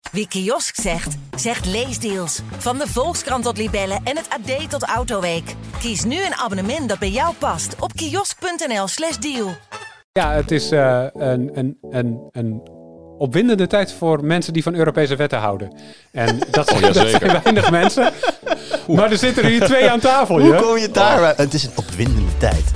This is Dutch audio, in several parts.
Wie kiosk zegt, zegt leesdeals. Van de Volkskrant tot Libellen en het AD tot Autoweek. Kies nu een abonnement dat bij jou past op kiosk.nl/deal. Ja, het is een opwindende tijd voor mensen die van Europese wetten houden. En dat zijn weinig mensen. Maar er zitten er hier 2 aan tafel. Hoe kom je daar? Het is een opwindende tijd.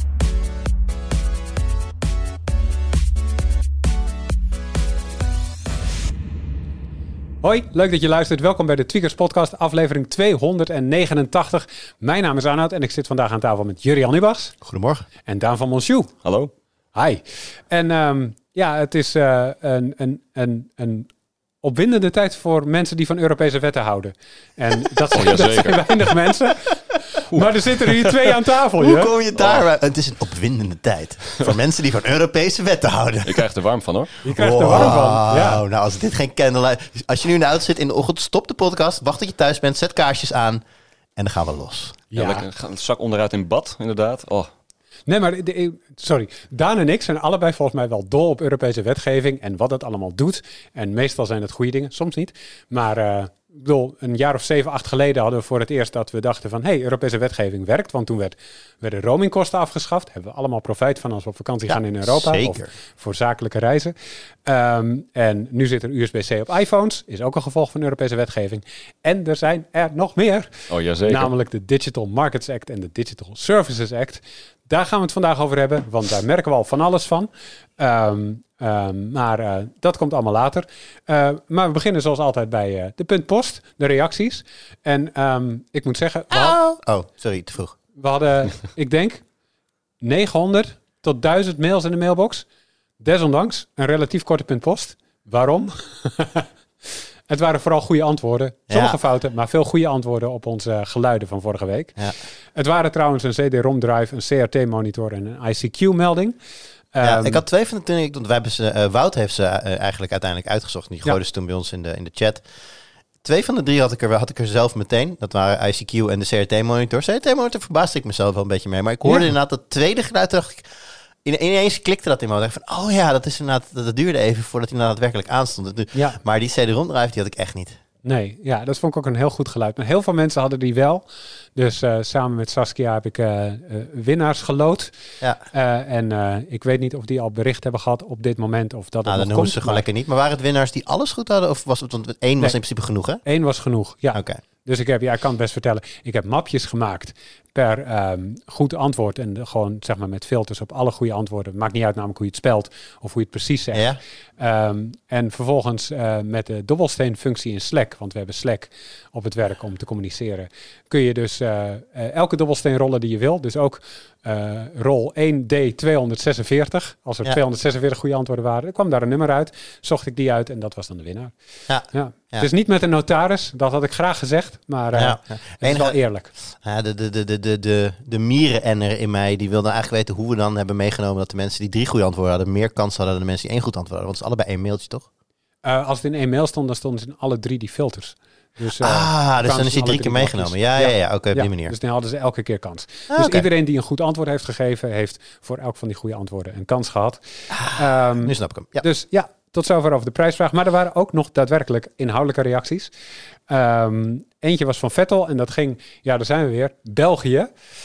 Hoi, leuk dat je luistert. Welkom bij de Tweakers Podcast, aflevering 289. Mijn naam is Arnoud en ik zit vandaag aan tafel met Jurriaan Ubachs. Goedemorgen. En Daan van Monsjoe. Hallo. Hi. En het is een opwindende tijd voor mensen die van Europese wetten houden. En dat zijn weinig mensen. Maar er zitten er hier 2 aan tafel. Hoe kom je daar? Het is een opwindende tijd voor mensen die van Europese wetten houden. Je krijgt er warm van, hoor. Je krijgt er warm van, ja. Nou, als dit geen candlelight... Als je nu in de auto zit in de ochtend, stop de podcast. Wacht tot je thuis bent, zet kaarsjes aan. En dan gaan we los. Ja, lekker een zak onderuit in bad, inderdaad. Oh. Nee, maar Daan en ik zijn allebei volgens mij wel dol op Europese wetgeving en wat het allemaal doet. En meestal zijn het goede dingen, soms niet. Maar ik bedoel, een jaar of 7, 8 geleden hadden we voor het eerst dat we dachten van... Europese wetgeving werkt, want toen werden roamingkosten afgeschaft. Hebben we allemaal profijt van als we op vakantie gaan in Europa. Zeker. Of voor zakelijke reizen. En nu zit er USB-C op iPhones, is ook een gevolg van Europese wetgeving. En er zijn er nog meer. Oh, jazeker. Namelijk de Digital Markets Act en de Digital Services Act. Daar gaan we het vandaag over hebben, want daar merken we al van alles van. Maar dat komt allemaal later. Maar we beginnen zoals altijd bij de puntpost, de reacties. En ik moet zeggen... sorry, te vroeg. We hadden, ik denk, 900 tot 1000 mails in de mailbox. Desondanks een relatief korte puntpost. Waarom? Het waren vooral goede antwoorden. Sommige fouten, maar veel goede antwoorden op onze geluiden van vorige week. Ja. Het waren trouwens een CD-ROM-drive, een CRT-monitor en een ICQ-melding. Ik had 2 van de... Want wij hebben ze, Wout heeft ze eigenlijk uiteindelijk uitgezocht. Die gooide ze toen bij ons in de chat. 2 van de 3 had ik er zelf meteen. Dat waren ICQ en de CRT-monitor. CRT-monitor verbaasde ik mezelf wel een beetje mee. Maar ik hoorde inderdaad dat tweede geluid. Dacht ik, ineens klikte dat in me. Ik dacht van, dat is inderdaad, dat duurde even voordat hij daadwerkelijk aanstond. Maar die CD-ROM-drive die had ik echt niet. Nee, ja, dat vond ik ook een heel goed geluid. Maar heel veel mensen hadden die wel. Dus samen met Saskia heb ik winnaars geloot. Ja. Ik weet niet of die al bericht hebben gehad op dit moment. Of dat dan noemen ze gewoon lekker niet. Maar waren het winnaars die alles goed hadden? Of was het, want 1 was in principe genoeg, hè? 1 was genoeg, ja. Okay. Dus ik kan het best vertellen. Ik heb mapjes gemaakt per goed antwoord. En gewoon zeg maar met filters op alle goede antwoorden. Maakt niet uit namelijk hoe je het spelt of hoe je het precies zegt. Ja. En vervolgens met de dobbelsteenfunctie in Slack. Want we hebben Slack op het werk om te communiceren. Kun je dus elke dobbelsteen rollen die je wil. Dus ook rol 1D246. Als er 246 goede antwoorden waren, dan kwam daar een nummer uit. Zocht ik die uit en dat was dan de winnaar. Ja. Dus niet met een notaris. Dat had ik graag gezegd. Maar het is wel eerlijk. Ja, de mierenenner in mij, die wilde eigenlijk weten hoe we dan hebben meegenomen dat de mensen die 3 goede antwoorden hadden meer kans hadden dan de mensen die 1 goed antwoord hadden. Want het is allebei 1 mailtje, toch? Als het in 1 mail stond, dan stonden ze in alle 3 die filters. Dus dus dan is die 3 keer meegenomen. Ja, oké, op die manier. Dus dan hadden ze elke keer kans. Dus iedereen die een goed antwoord heeft gegeven, heeft voor elk van die goede antwoorden een kans gehad. Nu snap ik hem. Ja. Dus ja, tot zover over de prijsvraag. Maar er waren ook nog daadwerkelijk inhoudelijke reacties. Eentje was van Vettel en dat ging, daar zijn we weer, België.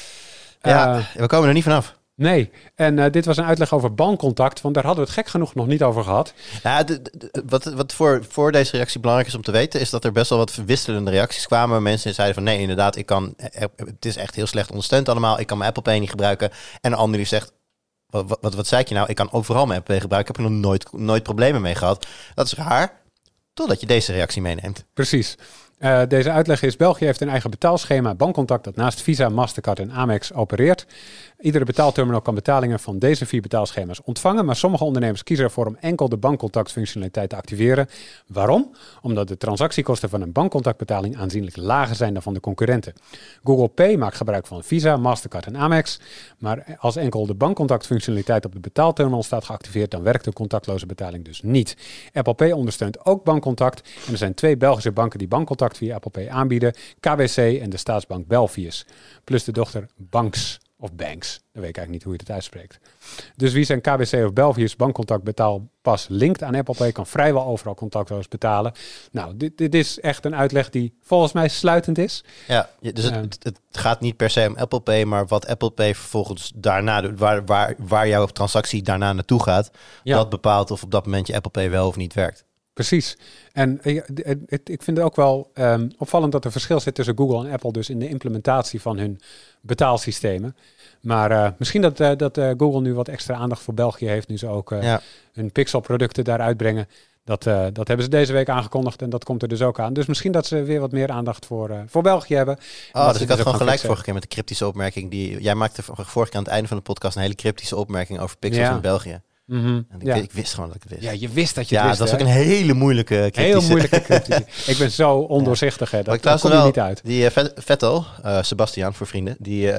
We komen er niet vanaf. Nee, en dit was een uitleg over bandcontact, want daar hadden we het gek genoeg nog niet over gehad. Ja, wat voor deze reactie belangrijk is om te weten, is dat er best wel wat verwisselende reacties kwamen. Mensen zeiden van nee, inderdaad, het is echt heel slecht ondersteund allemaal. Ik kan mijn Apple Pay niet gebruiken. En een ander die zegt, wat zei je nou? Ik kan overal mijn Apple Pay gebruiken. Ik heb er nog nooit problemen mee gehad. Dat is raar, totdat je deze reactie meeneemt. Precies. Deze uitleg is, België heeft een eigen betaalschema bankcontact dat naast Visa, Mastercard en Amex opereert. Iedere betaalterminal kan betalingen van deze 4 betaalschema's ontvangen, maar sommige ondernemers kiezen ervoor om enkel de bankcontactfunctionaliteit te activeren. Waarom? Omdat de transactiekosten van een bankcontactbetaling aanzienlijk lager zijn dan van de concurrenten. Google Pay maakt gebruik van Visa, Mastercard en Amex, maar als enkel de bankcontactfunctionaliteit op de betaalterminal staat geactiveerd, dan werkt de contactloze betaling dus niet. Apple Pay ondersteunt ook bankcontact en er zijn 2 Belgische banken die bankcontact via Apple Pay aanbieden, KBC en de staatsbank Belfius, plus de dochter Banks Of Banks. Dan weet ik eigenlijk niet hoe je het uitspreekt. Dus wie zijn KBC of Belgisch bankcontact betaalpas linkt aan Apple Pay kan vrijwel overal contactloos betalen. Nou, dit is echt een uitleg die volgens mij sluitend is. Ja, dus het gaat niet per se om Apple Pay, maar wat Apple Pay vervolgens daarna doet, waar jouw transactie daarna naartoe gaat, dat bepaalt of op dat moment je Apple Pay wel of niet werkt. Precies. En ik vind het ook wel opvallend dat er verschil zit tussen Google en Apple dus in de implementatie van hun betaalsystemen. Maar misschien dat Google nu wat extra aandacht voor België heeft, nu ze ook hun Pixel-producten daar uitbrengen. Dat hebben ze deze week aangekondigd en dat komt er dus ook aan. Dus misschien dat ze weer wat meer aandacht voor België hebben. Dus ik had gewoon gelijk vorige keer met de cryptische opmerking. Jij maakte vorige keer aan het einde van de podcast een hele cryptische opmerking over Pixels in België. Mm-hmm. En ik wist gewoon dat ik het wist. Ja, je wist dat je het wist. Ja, dat is ook een hele moeilijke cryptische. Heel moeilijke cryptische. Ik ben zo ondoorzichtig, hè. Dat komt er niet uit. Die Vettel, Sebastian voor vrienden,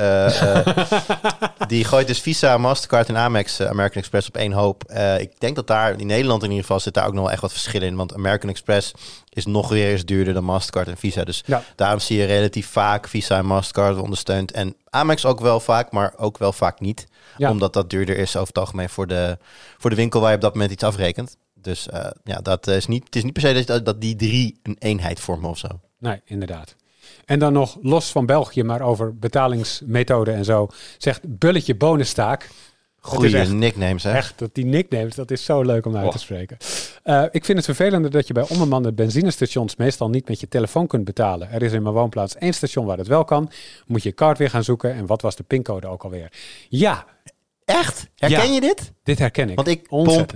die gooit dus Visa, Mastercard en Amex, American Express op één hoop. Ik denk dat daar, in Nederland in ieder geval, zit daar ook nog wel echt wat verschillen in. Want American Express is nog weer eens duurder dan Mastercard en Visa. Dus daarom zie je relatief vaak Visa en Mastercard ondersteund. En Amex ook wel vaak, maar ook wel vaak niet. Ja. Omdat dat duurder is over het algemeen voor de winkel waar je op dat moment iets afrekent. Dus het is niet per se dat die drie een eenheid vormen of zo. Nee, inderdaad. En dan nog los van België, maar over betalingsmethoden en zo, zegt Bulletje Bonenstaak. Goeie nicknames, hè? Echt, die nicknames, dat is zo leuk om uit te spreken. Ik vind het vervelender dat je bij onbemande benzinestations meestal niet met je telefoon kunt betalen. Er is in mijn woonplaats 1 station waar het wel kan. Moet je kaart weer gaan zoeken. En wat was de pincode ook alweer? Ja. Echt? Herken je dit? Dit herken ik. Want ik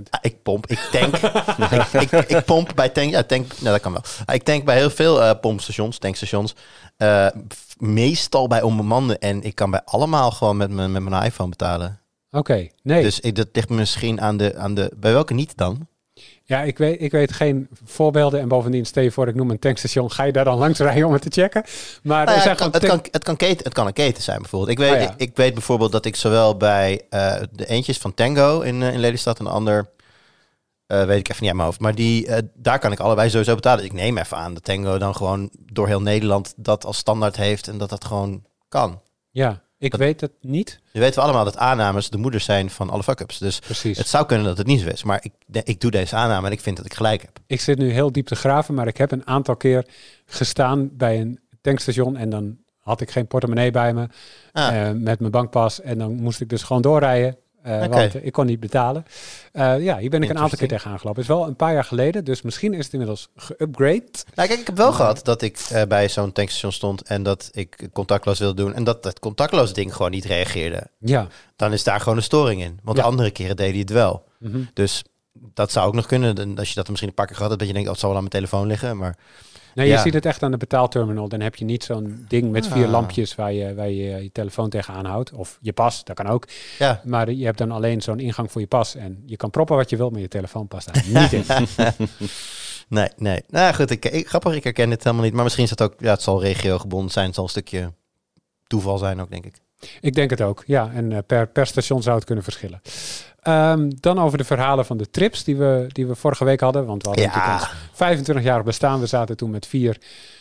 pomp bij tank. Ja, tank. Nou, dat kan wel. Ik tank bij heel veel tankstations. Meestal bij onbemande. En ik kan bij allemaal gewoon met mijn iPhone betalen. Oké, nee. Dus dat ligt misschien aan de... Bij welke niet dan? Ja, ik weet geen voorbeelden. En bovendien, stel je voor, ik noem een tankstation. Ga je daar dan langs rijden om het te checken? Maar het kan een keten zijn bijvoorbeeld. Ik weet bijvoorbeeld dat ik zowel bij de eentjes van Tango in Lelystad en de ander... weet ik even niet uit mijn hoofd. Maar daar kan ik allebei sowieso betalen. Ik neem even aan dat Tango dan gewoon door heel Nederland dat als standaard heeft. En dat gewoon kan. Ja. Ik weet het niet. Je weten we allemaal dat aannames de moeders zijn van alle fuck-ups. Dus precies. Het zou kunnen dat het niet zo is. Maar ik doe deze aanname en ik vind dat ik gelijk heb. Ik zit nu heel diep te graven, maar ik heb een aantal keer gestaan bij een tankstation en dan had ik geen portemonnee bij me met mijn bankpas. En dan moest ik dus gewoon doorrijden. Want ik kon niet betalen. Hier ben ik een aantal keer tegen aangelopen. Het is wel een paar jaar geleden, dus misschien is het inmiddels geüpgrade. Nou, kijk, ik heb wel gehad dat ik bij zo'n tankstation stond en dat ik contactloos wilde doen en dat het contactloos ding gewoon niet reageerde. Ja. Dan is daar gewoon een storing in. Want de andere keren deed hij het wel. Mm-hmm. Dus dat zou ook nog kunnen. Als je dat misschien een paar keer gehad hebt, dat je denkt, het zal wel aan mijn telefoon liggen, maar... Nee, je ziet het echt aan de betaalterminal. Dan heb je niet zo'n ding met 4 lampjes waar je telefoon tegenaan houdt. Of je pas, dat kan ook. Ja. Maar je hebt dan alleen zo'n ingang voor je pas. En je kan proppen wat je wilt, maar je telefoon past daar niet in. Nee. Nou goed, grappig, ik herken dit helemaal niet. Maar misschien is het ook, het zal regiogebonden zijn. Het zal een stukje toeval zijn ook, denk ik. Ik denk het ook, ja. En per station zou het kunnen verschillen. Dan over de verhalen van de trips die we vorige week hadden. Want we hadden natuurlijk ons 25-jarig bestaan. We zaten toen met 4...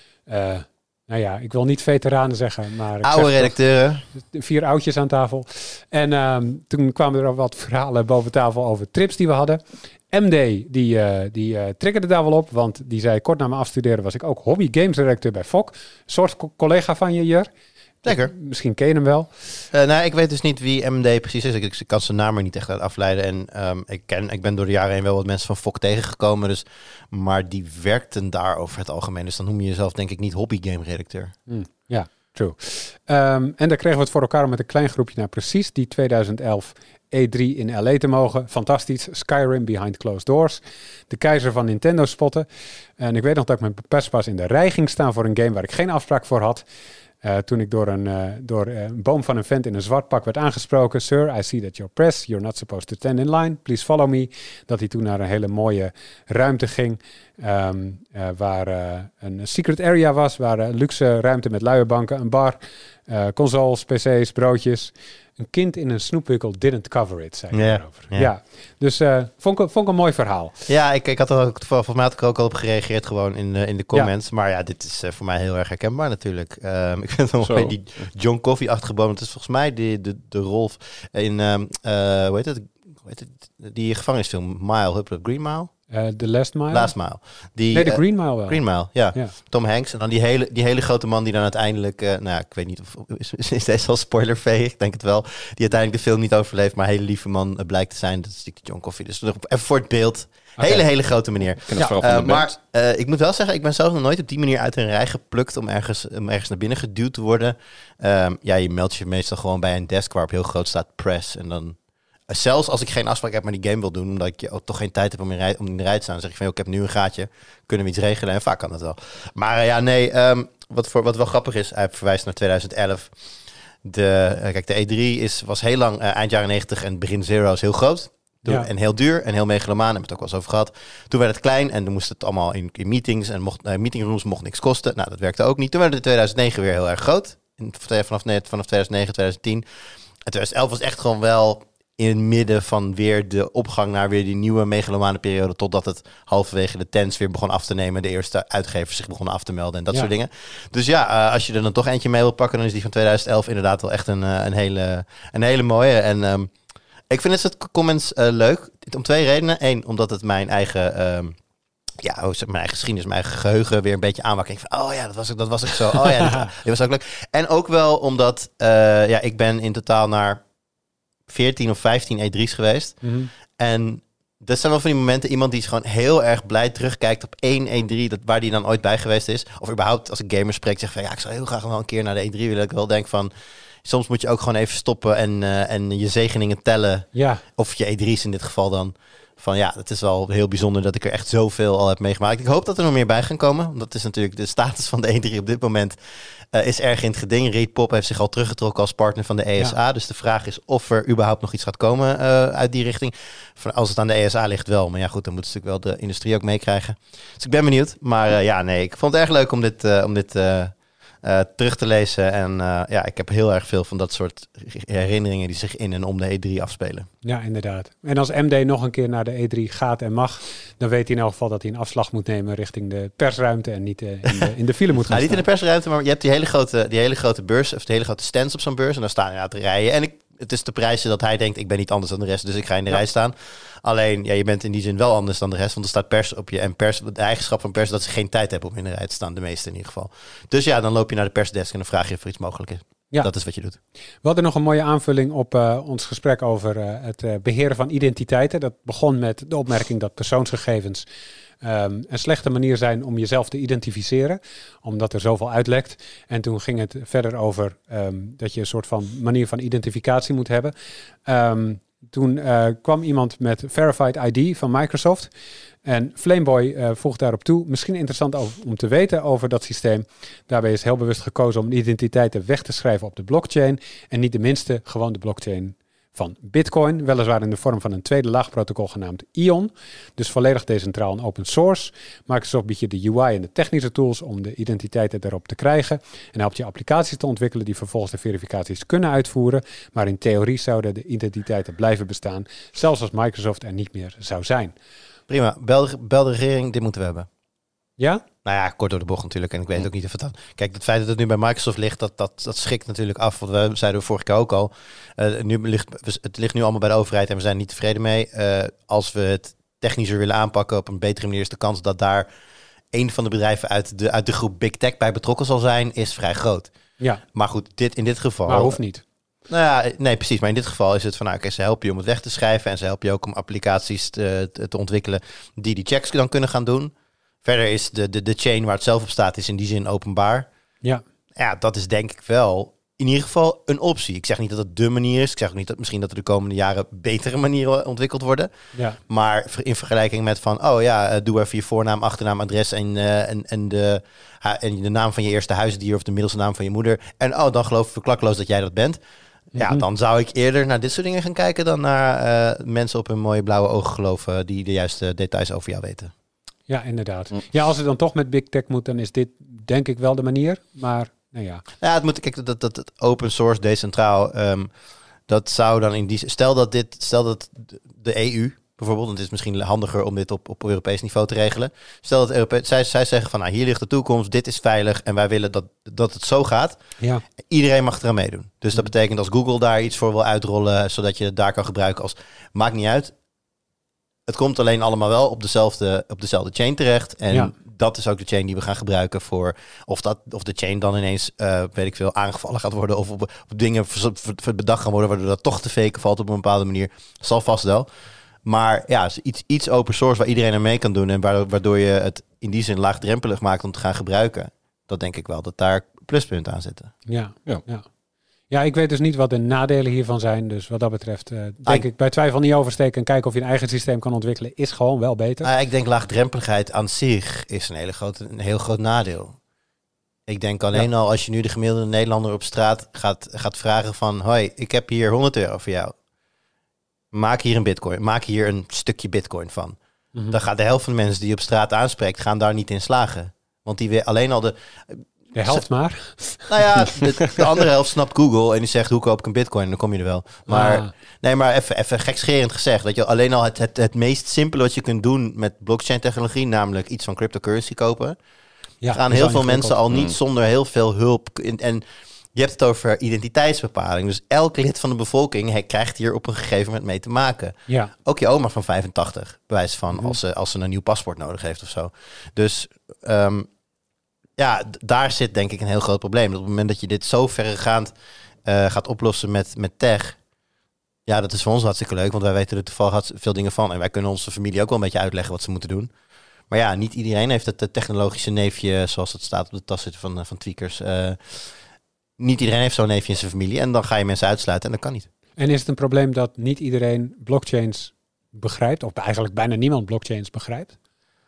ik wil niet veteranen zeggen, maar... Oude redacteuren. 4 oudjes aan tafel. En toen kwamen er wat verhalen boven tafel over trips die we hadden. MD, die triggerde daar wel op, want die zei kort na mijn afstuderen was ik ook hobby games redacteur bij FOK. Een soort collega van je, Jur. Zeker. Misschien ken je hem wel. Ik weet dus niet wie MD precies is. Ik kan zijn naam er niet echt uit afleiden. En ik ben door de jaren heen wel wat mensen van FOK tegengekomen. Dus, maar die werkten daar over het algemeen. Dus dan noem je jezelf denk ik niet hobbygame redacteur. Ja, true. En daar kregen we het voor elkaar om met een klein groepje naar precies die 2011 E3 in LA te mogen. Fantastisch. Skyrim Behind Closed Doors. De keizer van Nintendo spotten. En ik weet nog dat ik met perspas in de rij ging staan voor een game waar ik geen afspraak voor had. Toen ik door een boom van een vent in een zwart pak werd aangesproken. Sir, I see that you're press. You're not supposed to stand in line. Please follow me. Dat hij toen naar een hele mooie ruimte ging. Waar een secret area was. Waar luxe ruimte met luie banken, een bar, consoles, pc's, broodjes. een kind in een snoepwinkel didn't cover it, zei hij daarover. Ja. Ja, dus vond ik een mooi verhaal. Ja, ik had er ook, volgens mij had ik er ook al op gereageerd gewoon in de comments. Ja. Maar ja, dit is voor mij heel erg herkenbaar natuurlijk. Ik vind het wel mooi, die John Coffey-achtige boom. Het is volgens mij de rol in, hoe heet het, die gevangenisfilm, Mile, Green Mile? The Last Mile? Last Mile. De Green Mile wel. Green Mile, ja. Tom Hanks. En dan die hele grote man die dan uiteindelijk... ik weet niet of... Is deze al spoilervrij? Ik denk het wel. Die uiteindelijk de film niet overleeft, maar een hele lieve man blijkt te zijn. Dat is die John Coffey. Dus nog even voor het beeld. Okay. Hele grote meneer. Maar ik moet wel zeggen, ik ben zelf nog nooit op die manier uit een rij geplukt om ergens naar binnen geduwd te worden. Je meldt je meestal gewoon bij een desk waarop heel groot staat press. En dan... Zelfs als ik geen afspraak heb, maar die game wil doen, omdat ik ook toch geen tijd heb om in de rij te staan, dan zeg ik van, ik heb nu een gaatje, kunnen we iets regelen? En vaak kan dat wel. Maar wat wel grappig is, hij verwijst naar 2011. De E3 was heel lang eind jaren 90 en begin Zero's heel groot. En heel duur en heel megalomaan, hebben we het ook wel eens over gehad. Toen werd het klein en toen moest het allemaal in meetings en meetingrooms mocht niks kosten. Nou, dat werkte ook niet. Toen werd het in 2009 weer heel erg groot. Vanaf 2009, 2010. En 2011 was echt gewoon wel in het midden van weer de opgang naar weer die nieuwe megalomane periode, totdat het halverwege de tents weer begon af te nemen, de eerste uitgevers zich begonnen af te melden en dat soort dingen. Dus ja, als je er dan toch eentje mee wil pakken, dan is die van 2011 inderdaad wel echt een hele mooie. En ik vind het soort comments leuk, om 2 redenen. 1, omdat het mijn eigen... mijn eigen geschiedenis, mijn eigen geheugen weer een beetje aanwakkert. Ik van, dat was ik zo. Oh ja, dit was ook leuk. En ook wel omdat ik ben in totaal naar 14 of 15 E3's geweest. Mm-hmm. En dat zijn wel van die momenten, iemand die is gewoon heel erg blij terugkijkt op 1 E3, waar die dan ooit bij geweest is. Of überhaupt als ik gamers spreek, zeg van ik zou heel graag wel een keer naar de E3 willen. Ik wel denk van, soms moet je ook gewoon even stoppen en je zegeningen tellen. Ja. Of je E3's in dit geval dan. Van het is wel heel bijzonder dat ik er echt zoveel al heb meegemaakt. Ik hoop dat er nog meer bij gaan komen. Dat is natuurlijk de status van de E3 op dit moment. Is erg in het geding. Reed Pop heeft zich al teruggetrokken als partner van de ESA. Ja. Dus de vraag is of er überhaupt nog iets gaat komen uit die richting. Als het aan de ESA ligt wel. Maar ja goed, dan moet natuurlijk wel de industrie ook meekrijgen. Dus ik ben benieuwd. Maar ik vond het erg leuk om dit terug te lezen. En ik heb heel erg veel van dat soort herinneringen die zich in en om de E3 afspelen. Ja, inderdaad. En als MD nog een keer naar de E3 gaat en mag, dan weet hij in elk geval dat hij een afslag moet nemen richting de persruimte en niet in de file moet gaan niet in de persruimte, maar je hebt die hele grote beurs, of de hele grote stands op zo'n beurs. En daar staan inderdaad rijen. En het is de prijzen dat hij denkt, ik ben niet anders dan de rest, dus ik ga in de rij staan. Alleen, je bent in die zin wel anders dan de rest, want er staat pers op je. En de eigenschap van pers is dat ze geen tijd hebben om in de rij te staan, de meeste in ieder geval. Dus dan loop je naar de persdesk en dan vraag je of er iets mogelijk is. Ja. Dat is wat je doet. We hadden nog een mooie aanvulling op ons gesprek over het beheren van identiteiten. Dat begon met de opmerking dat persoonsgegevens een slechte manier zijn om jezelf te identificeren, omdat er zoveel uitlekt. En toen ging het verder over dat je een soort van manier van identificatie moet hebben. Toen kwam iemand met Verified ID van Microsoft. En Flameboy voegt daarop toe, misschien interessant om te weten over dat systeem. Daarbij is heel bewust gekozen om identiteiten weg te schrijven op de blockchain. En niet de minste gewoon de blockchain van Bitcoin. Weliswaar in de vorm van een tweede laagprotocol genaamd Ion. Dus volledig decentraal en open source. Microsoft biedt je de UI en de technische tools om de identiteiten daarop te krijgen. En helpt je applicaties te ontwikkelen die vervolgens de verificaties kunnen uitvoeren. Maar in theorie zouden de identiteiten blijven bestaan, zelfs als Microsoft er niet meer zou zijn. Prima. Bel de regering, dit moeten we hebben. Ja? Nou ja, kort door de bocht natuurlijk. En ik weet ook niet of het dan... Kijk, het feit dat het nu bij Microsoft ligt, dat schikt natuurlijk af. Want we zeiden vorige keer ook al. Het ligt nu allemaal bij de overheid en we zijn niet tevreden mee. Als we het technischer willen aanpakken op een betere manier, is de kans dat daar een van de bedrijven uit de groep Big Tech bij betrokken zal zijn, is vrij groot. Ja. Maar goed, in dit geval... Maar hoeft niet. Nou ja, nee, precies. Maar in dit geval is het van, ze helpen je om het weg te schrijven en ze helpen je ook om applicaties te ontwikkelen die checks dan kunnen gaan doen. Verder is de chain waar het zelf op staat, is in die zin openbaar. Ja. Ja, dat is denk ik wel in ieder geval een optie. Ik zeg niet dat het de manier is. Ik zeg ook niet dat misschien dat er de komende jaren betere manieren ontwikkeld worden. Ja. Maar in vergelijking met van, doe even je voornaam, achternaam, adres en de naam van je eerste huisdier of de middelste naam van je moeder. En dan geloven we klakkeloos dat jij dat bent. Ja, dan zou ik eerder naar dit soort dingen gaan kijken dan naar mensen op hun mooie blauwe ogen geloven die de juiste details over jou weten. Ja, inderdaad. Ja, als het dan toch met Big Tech moet, dan is dit denk ik wel de manier. Maar, nou ja. Ja, het moet, kijk, dat open source, decentraal. dat zou dan in die... Stel dat de EU bijvoorbeeld, het is misschien handiger om dit op Europees niveau te regelen. Stel dat zij zeggen van, hier ligt de toekomst, dit is veilig en wij willen dat het zo gaat. Ja. Iedereen mag eraan meedoen. Dus dat betekent als Google daar iets voor wil uitrollen, zodat je het daar kan gebruiken als... Maakt niet uit. Het komt alleen allemaal wel op dezelfde chain terecht. En dat is ook de chain die we gaan gebruiken voor... Of de chain dan ineens, aangevallen gaat worden... of op dingen bedacht gaan worden... waardoor dat toch te faken valt op een bepaalde manier. Zal vast wel. Maar ja, iets open source waar iedereen aan mee kan doen... en waardoor je het in die zin laagdrempelig maakt om te gaan gebruiken. Dat denk ik wel, dat daar pluspunten aan zitten. Ja, ik weet dus niet wat de nadelen hiervan zijn. Dus wat dat betreft denk ik bij twijfel niet oversteken... en kijken of je een eigen systeem kan ontwikkelen... is gewoon wel beter. Ik denk laagdrempeligheid aan zich is een heel groot nadeel. Ik denk alleen al als je nu de gemiddelde Nederlander op straat gaat vragen van... Hoi, ik heb hier €100 voor jou. Maak hier een bitcoin. Maak hier een stukje bitcoin van. Mm-hmm. Dan gaat de helft van de mensen die je op straat aanspreekt... gaan daar niet in slagen. Want die weer alleen al De helft maar? Nou ja, de andere helft snapt Google en die zegt, hoe koop ik een bitcoin? En dan kom je er wel. Maar nee, maar even gekscherend gezegd. Dat je alleen al het meest simpele wat je kunt doen met blockchain technologie, namelijk iets van cryptocurrency kopen, gaan heel veel mensen al niet zonder heel veel hulp. En je hebt het over identiteitsbepaling. Dus elk lid van de bevolking krijgt hier op een gegeven moment mee te maken. Ja. Ook je oma van 85, bewijs van als ze een nieuw paspoort nodig heeft of zo. Dus daar zit denk ik een heel groot probleem. Dat op het moment dat je dit zo verregaand gaat oplossen met tech... Ja, dat is voor ons hartstikke leuk, want wij weten er toevallig veel dingen van. En wij kunnen onze familie ook wel een beetje uitleggen wat ze moeten doen. Maar ja, niet iedereen heeft het technologische neefje, zoals het staat op de tas van Tweakers. Niet iedereen heeft zo'n neefje in zijn familie. En dan ga je mensen uitsluiten en dat kan niet. En is het een probleem dat niet iedereen blockchains begrijpt? Of eigenlijk bijna niemand blockchains begrijpt?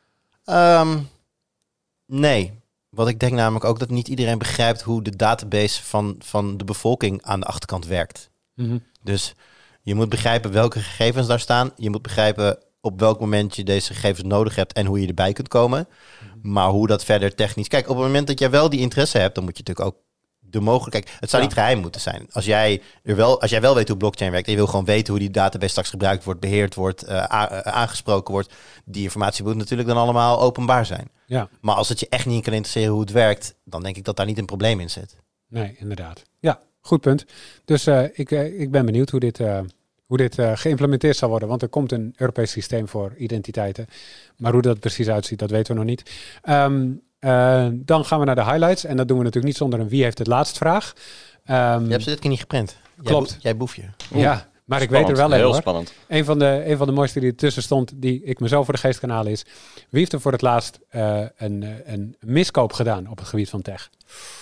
Nee. Want ik denk namelijk ook dat niet iedereen begrijpt hoe de database van de bevolking aan de achterkant werkt. Mm-hmm. Dus je moet begrijpen welke gegevens daar staan. Je moet begrijpen op welk moment je deze gegevens nodig hebt en hoe je erbij kunt komen. Mm-hmm. Maar hoe dat verder technisch... Kijk, op het moment dat jij wel die interesse hebt, dan moet je natuurlijk ook de mogelijkheid... Het zou niet geheim moeten zijn. Als jij wel weet hoe blockchain werkt en je wil gewoon weten hoe die database straks gebruikt wordt, beheerd wordt, aangesproken wordt, die informatie moet natuurlijk dan allemaal openbaar zijn. Ja. Maar als het je echt niet kan interesseren hoe het werkt, dan denk ik dat daar niet een probleem in zit. Nee, inderdaad. Ja, goed punt. Dus ik ben benieuwd hoe dit geïmplementeerd zal worden. Want er komt een Europees systeem voor identiteiten. Maar hoe dat precies uitziet, dat weten we nog niet. Dan gaan we naar de highlights. En dat doen we natuurlijk niet zonder een wie heeft het laatst vraag. Je hebt ze dit keer niet geprint. Klopt. Jij boefje. Ja, maar ik weet er wel heel hoor. Spannend. Een van de mooiste die ertussen stond, die ik me zo voor de geest kan halen is: wie heeft er voor het laatst een miskoop gedaan op het gebied van tech?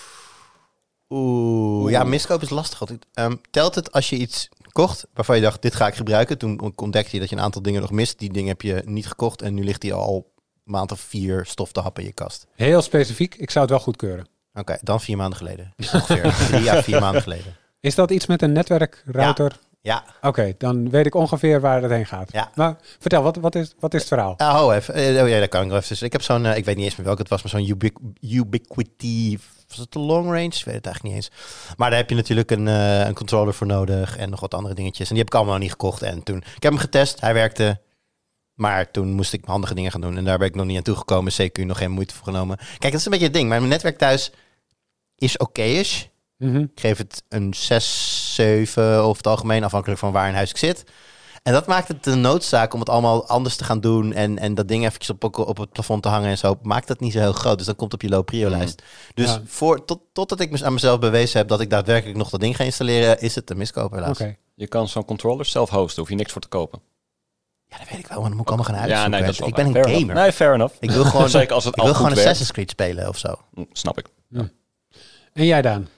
Ja, miskoop is lastig. Telt het als je iets kocht waarvan je dacht, dit ga ik gebruiken. Toen ontdekte je dat je een aantal dingen nog mist. Die dingen heb je niet gekocht en nu ligt die al een maand of 4 stof te happen in je kast. Heel specifiek. Ik zou het wel goedkeuren. Oké, dan 4 maanden geleden. Ongeveer 3 à 4 maanden geleden. Is dat iets met een netwerkrouter? Ja. Oké, dan weet ik ongeveer waar het heen gaat. Ja. Maar vertel, wat is het verhaal? Ja, dat kan ik wel even. Dus ik heb zo'n, ik weet niet eens meer welke het was, maar zo'n Ubiquiti... Was het de long range? Ik weet het eigenlijk niet eens. Maar daar heb je natuurlijk een controller voor nodig en nog wat andere dingetjes. En die heb ik allemaal nog niet gekocht. En toen, ik heb hem getest, hij werkte. Maar toen moest ik handige dingen gaan doen. En daar ben ik nog niet aan toegekomen. CQ nog geen moeite voor genomen. Kijk, dat is een beetje het ding. Maar mijn netwerk thuis is oké-ish. Mm-hmm. Ik geef het een 6, 7 over het algemeen. Afhankelijk van waar in huis ik zit. En dat maakt het de noodzaak om het allemaal anders te gaan doen. En dat ding eventjes op het plafond te hangen en zo. Maakt dat niet zo heel groot. Dus dat komt op je low prio lijst. Dus totdat ik aan mezelf bewezen heb dat ik daadwerkelijk nog dat ding ga installeren, is het een miskoop helaas. Okay. Je kan zo'n controller zelf hosten. Hoef je niks voor te kopen. Ja, dat weet ik wel, maar dan moet ik allemaal gaan uitzoeken. Ja, nee, dat ik ben een gamer. Enough. Nee, fair enough. Ik wil gewoon, zeker als het ik wil gewoon werkt. Assassin's Creed spelen of zo. Snap ik. Ja. En jij, Daan?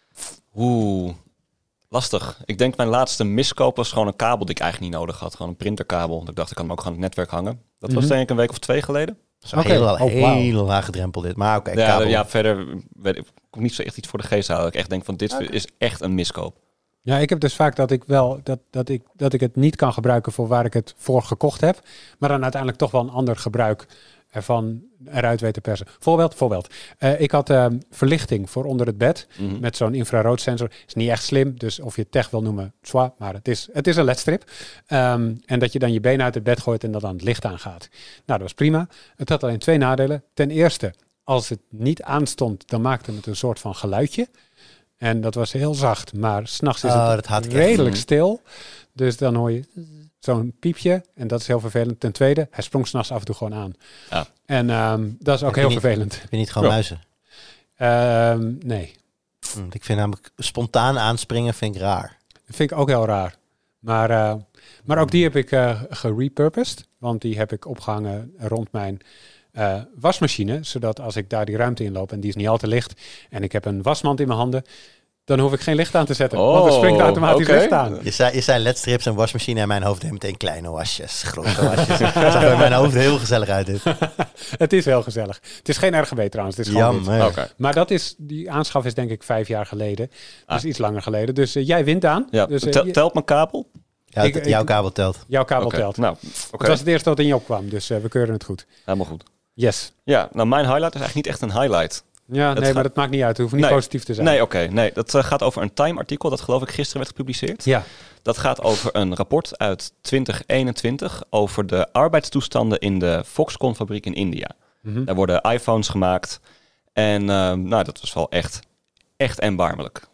Lastig. Ik denk mijn laatste miskoop was gewoon een kabel die ik eigenlijk niet nodig had. Gewoon een printerkabel. Ik dacht, ik kan hem ook gewoon op het netwerk hangen. Dat was denk ik een week of 2 geleden. Dat is een hele lage drempel dit. Maar oké, kabel. Ja, verder weet ik niet zo echt iets voor de geest halen. Ik echt denk van, dit is echt een miskoop. Ja, ik heb dus vaak dat ik het niet kan gebruiken voor waar ik het voor gekocht heb. Maar dan uiteindelijk toch wel een ander gebruik ervan eruit weet te persen. Voorbeeld. Ik had verlichting voor onder het bed met zo'n infraroodsensor. Is niet echt slim, dus of je het tech wil noemen, maar het is een ledstrip. En dat je dan je benen uit het bed gooit en dat dan het licht aangaat. Nou, dat was prima. Het had alleen 2 nadelen. Ten eerste, als het niet aanstond, dan maakte het een soort van geluidje. En dat was heel zacht, maar 's nachts is het redelijk stil. Dus dan hoor je zo'n piepje en dat is heel vervelend. Ten tweede, hij sprong 's nachts af en toe gewoon aan. Ja. En dat is ook heel vervelend. Heb je niet gewoon muizen? Nee. Ik vind namelijk spontaan aanspringen vind ik raar. Dat vind ik ook heel raar. Maar ook die heb ik gerepurposed, want die heb ik opgehangen rond mijn wasmachine, zodat als ik daar die ruimte in loop en die is niet al te licht en ik heb een wasmand in mijn handen, dan hoef ik geen licht aan te zetten, want er springt automatisch licht aan. Je zei ledstrips en wasmachine en mijn hoofd heeft meteen kleine wasjes, grote wasjes. Het zag er in mijn hoofd heel gezellig uit. Het is heel gezellig. Het is geen RGB trouwens, het is gewoon wit. Okay. Maar die aanschaf is denk ik 5 jaar geleden. Dus iets langer geleden. Dus jij wint aan. Ja. Dus, telt mijn kabel? Ja, jouw kabel telt. Jouw kabel telt. Nou, Het was het eerste wat in je opkwam, dus we keuren het goed. Helemaal goed. Yes. Ja, nou mijn highlight is eigenlijk niet echt een highlight. Ja, maar dat maakt niet uit. Het hoeft niet positief te zijn. Nee, dat gaat over een Time-artikel dat geloof ik gisteren werd gepubliceerd. Ja. Dat gaat over een rapport uit 2021 over de arbeidstoestanden in de Foxconn-fabriek in India. Daar worden iPhones gemaakt en dat was wel echt erbarmelijk.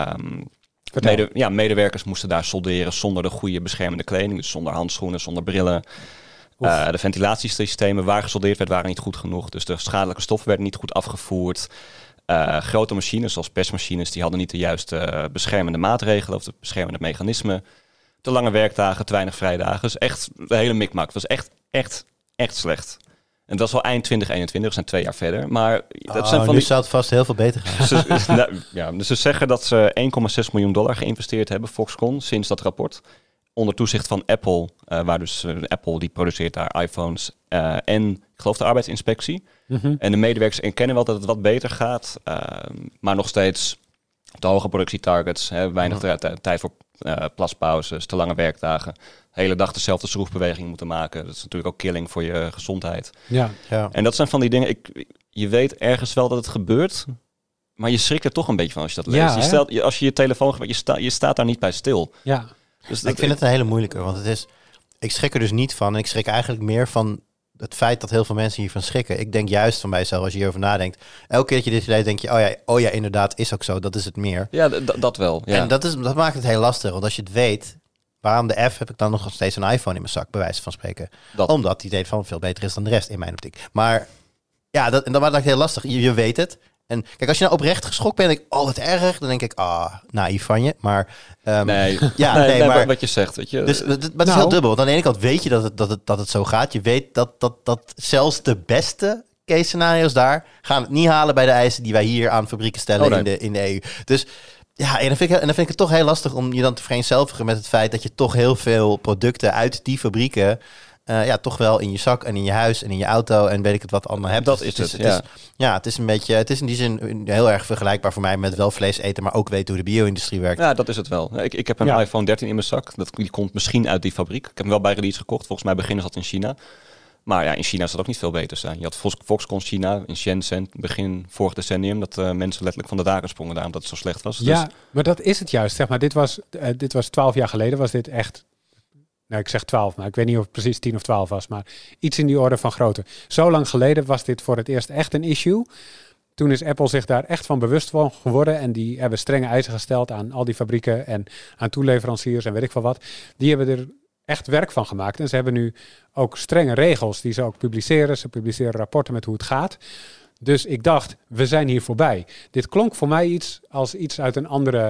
Medewerkers moesten daar solderen zonder de goede beschermende kleding, dus zonder handschoenen, zonder brillen. De ventilatiesystemen waar gesoldeerd werd waren niet goed genoeg. Dus de schadelijke stoffen werden niet goed afgevoerd. Grote machines zoals persmachines die hadden niet de juiste beschermende maatregelen of de beschermende mechanismen. Te lange werkdagen, te weinig vrijdagen. Dus echt de hele mikmak. Het was echt slecht. En dat was wel eind 2021, we zijn 2 jaar verder. Maar dat zijn van nu zou het vast heel veel beter gaan. Dus ze zeggen dat ze $1,6 miljoen geïnvesteerd hebben, Foxconn, sinds dat rapport. Onder toezicht van Apple, waar dus Apple die produceert daar iPhones en ik geloof de arbeidsinspectie. En de medewerkers erkennen wel dat het wat beter gaat, maar nog steeds te hoge productietargets, weinig tijd voor plaspauzes, te lange werkdagen, de hele dag dezelfde schroefbeweging moeten maken. Dat is natuurlijk ook killing voor je gezondheid. Ja. En dat zijn van die dingen, je weet ergens wel dat het gebeurt, maar je schrikt er toch een beetje van als je dat leest. Ja, als je je telefoon gebruikt, je staat daar niet bij stil. Ja. Dus ik vind het een hele moeilijke, want ik schrik er dus niet van. Ik schrik eigenlijk meer van het feit dat heel veel mensen hiervan schrikken. Ik denk juist van mijzelf, als je hierover nadenkt, elke keer dat je dit leest, denk je, oh ja, inderdaad, is ook zo, dat is het meer. Ja, dat wel. Ja. En dat maakt het heel lastig, want als je het weet, waarom de F heb ik dan nog steeds een iPhone in mijn zak, bij wijze van spreken. Omdat die telefoon veel beter is dan de rest, in mijn optiek. Maar ja, dat maakt het heel lastig. Je weet het. En kijk, als je nou oprecht geschokt bent, denk ik, wat erg. Dan denk ik, naïef van je. Maar maar wat je zegt, weet je. Dus maar het is heel dubbel. Want aan de ene kant weet je dat het zo gaat. Je weet dat zelfs de beste case scenario's daar gaan het niet halen bij de eisen die wij hier aan fabrieken stellen in de EU. Dus ja, en dan vind ik het toch heel lastig om je dan te vereenzelvigen met het feit dat je toch heel veel producten uit die fabrieken toch wel in je zak en in je huis en in je auto en weet ik het wat allemaal hebt. Dat is het. Het is een beetje, het is in die zin heel erg vergelijkbaar voor mij met wel vlees eten, maar ook weten hoe de bio-industrie werkt. Ja, dat is het wel. Ik heb een iPhone 13 in mijn zak. Die komt misschien uit die fabriek. Ik heb hem wel bij release gekocht. Volgens mij beginnen ze dat in China. Maar ja, in China zou het ook niet veel beter zijn. Je had Foxconn China in Shenzhen, begin vorig decennium, dat mensen letterlijk van de daken sprongen daarom dat het zo slecht was. Ja, maar dat is het juist. Zeg maar, dit was 12 jaar geleden, was dit echt. Nou, ik zeg 12, maar ik weet niet of het precies 10 of 12 was, maar iets in die orde van grootte. Zo lang geleden was dit voor het eerst echt een issue. Toen is Apple zich daar echt van bewust van geworden en die hebben strenge eisen gesteld aan al die fabrieken en aan toeleveranciers en weet ik veel wat. Die hebben er echt werk van gemaakt en ze hebben nu ook strenge regels die ze ook publiceren. Ze publiceren rapporten met hoe het gaat. Dus ik dacht, we zijn hier voorbij. Dit klonk voor mij als iets uit een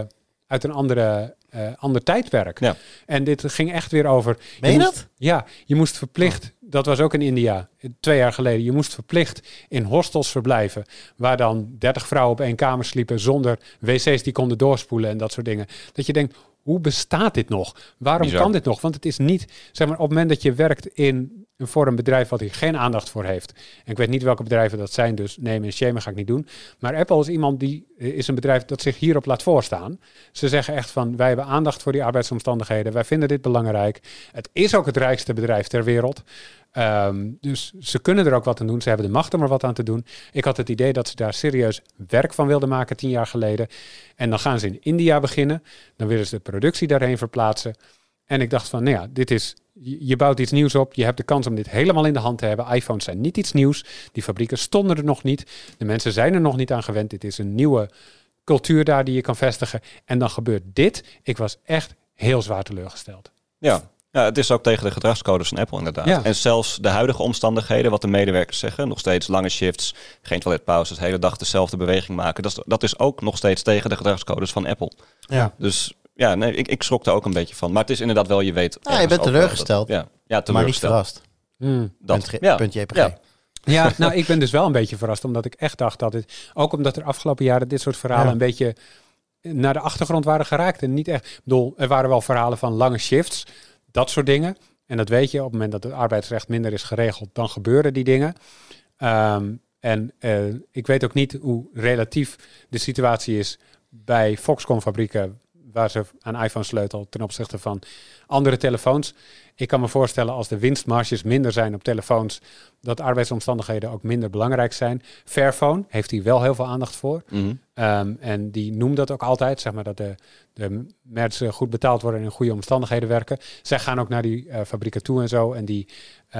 ander tijdperk. Ja. En dit ging echt weer over. Meen je dat? Ja, je moest verplicht. Dat was ook in India 2 jaar geleden. Je moest verplicht in hostels verblijven, waar dan 30 vrouwen op 1 kamer sliepen zonder wc's die konden doorspoelen en dat soort dingen. Dat je denkt, hoe bestaat dit nog? Waarom kan dit nog? Want het is niet, zeg maar, op het moment dat je werkt in voor een bedrijf wat hier geen aandacht voor heeft. En ik weet niet welke bedrijven dat zijn, dus neem en shame ga ik niet doen. Maar Apple is iemand is een bedrijf dat zich hierop laat voorstaan. Ze zeggen echt van, wij hebben aandacht voor die arbeidsomstandigheden. Wij vinden dit belangrijk. Het is ook het rijkste bedrijf ter wereld. Dus ze kunnen er ook wat aan doen. Ze hebben de macht om er wat aan te doen. Ik had het idee dat ze daar serieus werk van wilden maken 10 jaar geleden. En dan gaan ze in India beginnen. Dan willen ze de productie daarheen verplaatsen. En ik dacht van, nou ja, dit is... Je bouwt iets nieuws op. Je hebt de kans om dit helemaal in de hand te hebben. iPhones zijn niet iets nieuws. Die fabrieken stonden er nog niet. De mensen zijn er nog niet aan gewend. Dit is een nieuwe cultuur daar die je kan vestigen. En dan gebeurt dit. Ik was echt heel zwaar teleurgesteld. Ja, het is ook tegen de gedragscodes van Apple inderdaad. Ja. En zelfs de huidige omstandigheden, wat de medewerkers zeggen, nog steeds lange shifts, geen toiletpauzes, de hele dag dezelfde beweging maken. Dat is ook nog steeds tegen de gedragscodes van Apple. Ja. Dus ja, nee, ik schrok er ook een beetje van. Maar het is inderdaad wel, je weet... je bent teleurgesteld. Teleurgesteld. Maar niet verrast. Punt JPG. Ja, nou, ik ben dus wel een beetje verrast, omdat ik echt dacht dat het... Ook omdat er afgelopen jaren dit soort verhalen een beetje naar de achtergrond waren geraakt. En niet echt... Ik bedoel, er waren wel verhalen van lange shifts, dat soort dingen. En dat weet je, op het moment dat het arbeidsrecht minder is geregeld, dan gebeuren die dingen. Ik weet ook niet hoe relatief de situatie is bij Foxconn-fabrieken, waar ze aan iPhone sleutelen ten opzichte van andere telefoons. Ik kan me voorstellen als de winstmarges minder zijn op telefoons, dat arbeidsomstandigheden ook minder belangrijk zijn. Fairphone heeft hier wel heel veel aandacht voor. Mm-hmm. En die noemt dat ook altijd, zeg maar, dat de mensen goed betaald worden en in goede omstandigheden werken. Zij gaan ook naar die fabrieken toe en zo en die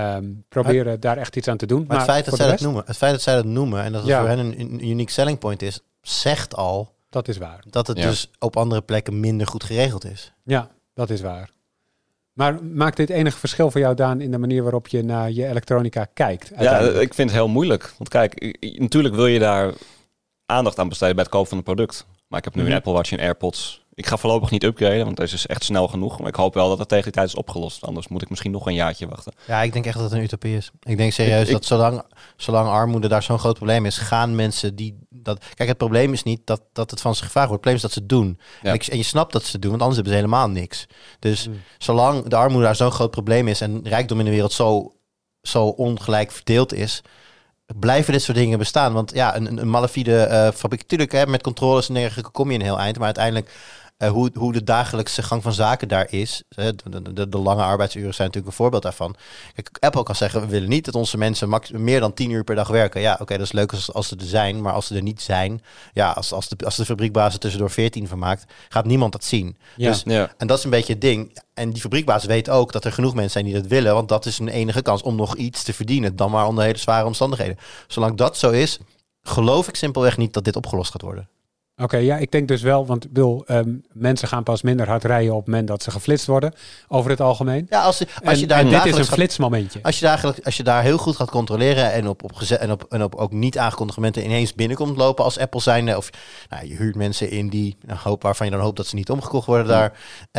proberen daar echt iets aan te doen. Maar het feit dat zij dat noemen en dat het voor hen een unique selling point is, zegt al dat is waar. Dat het dus op andere plekken minder goed geregeld is. Ja, dat is waar. Maar maakt dit enig verschil voor jou, Daan, in de manier waarop je naar je elektronica kijkt? Ja, ik vind het heel moeilijk. Want kijk, natuurlijk wil je daar aandacht aan besteden bij het kopen van een product. Maar ik heb nu een Apple Watch en AirPods. Ik ga voorlopig niet upgraden, want deze is echt snel genoeg. Maar ik hoop wel dat het tegen die tijd is opgelost. Anders moet ik misschien nog een jaartje wachten. Ja, ik denk echt dat het een utopie is. Ik denk serieus dat zolang armoede daar zo'n groot probleem is, gaan mensen die dat... Kijk, het probleem is niet dat het van ze gevraagd wordt. Het probleem is dat ze het doen. Ja. En je snapt dat ze het doen, want anders hebben ze helemaal niks. Dus zolang de armoede daar zo'n groot probleem is en rijkdom in de wereld zo ongelijk verdeeld is, blijven dit soort dingen bestaan. Want ja, een malafide fabriek, natuurlijk met controles en dergelijke kom je een heel eind, maar uiteindelijk hoe de dagelijkse gang van zaken daar is. De lange arbeidsuren zijn natuurlijk een voorbeeld daarvan. Kijk, Apple kan zeggen, we willen niet dat onze mensen meer dan 10 uur per dag werken. Ja, oké, dat is leuk als ze er zijn. Maar als ze er niet zijn, ja, als de fabriekbaas er tussendoor 14 van maakt, gaat niemand dat zien. Ja. Dus, en dat is een beetje het ding. En die fabriekbaas weet ook dat er genoeg mensen zijn die dat willen. Want dat is een enige kans om nog iets te verdienen. Dan maar onder hele zware omstandigheden. Zolang dat zo is, geloof ik simpelweg niet dat dit opgelost gaat worden. Oké, ja, ik denk dus wel, want mensen gaan pas minder hard rijden op het moment dat ze geflitst worden, over het algemeen. Ja, als je daar dit is een flitsmomentje. Als je daar heel goed gaat controleren en op ook niet aangekondigde momenten ineens binnenkomt lopen als Apple zijnde, of je huurt mensen in die waarvan je dan hoopt dat ze niet omgekocht worden daar.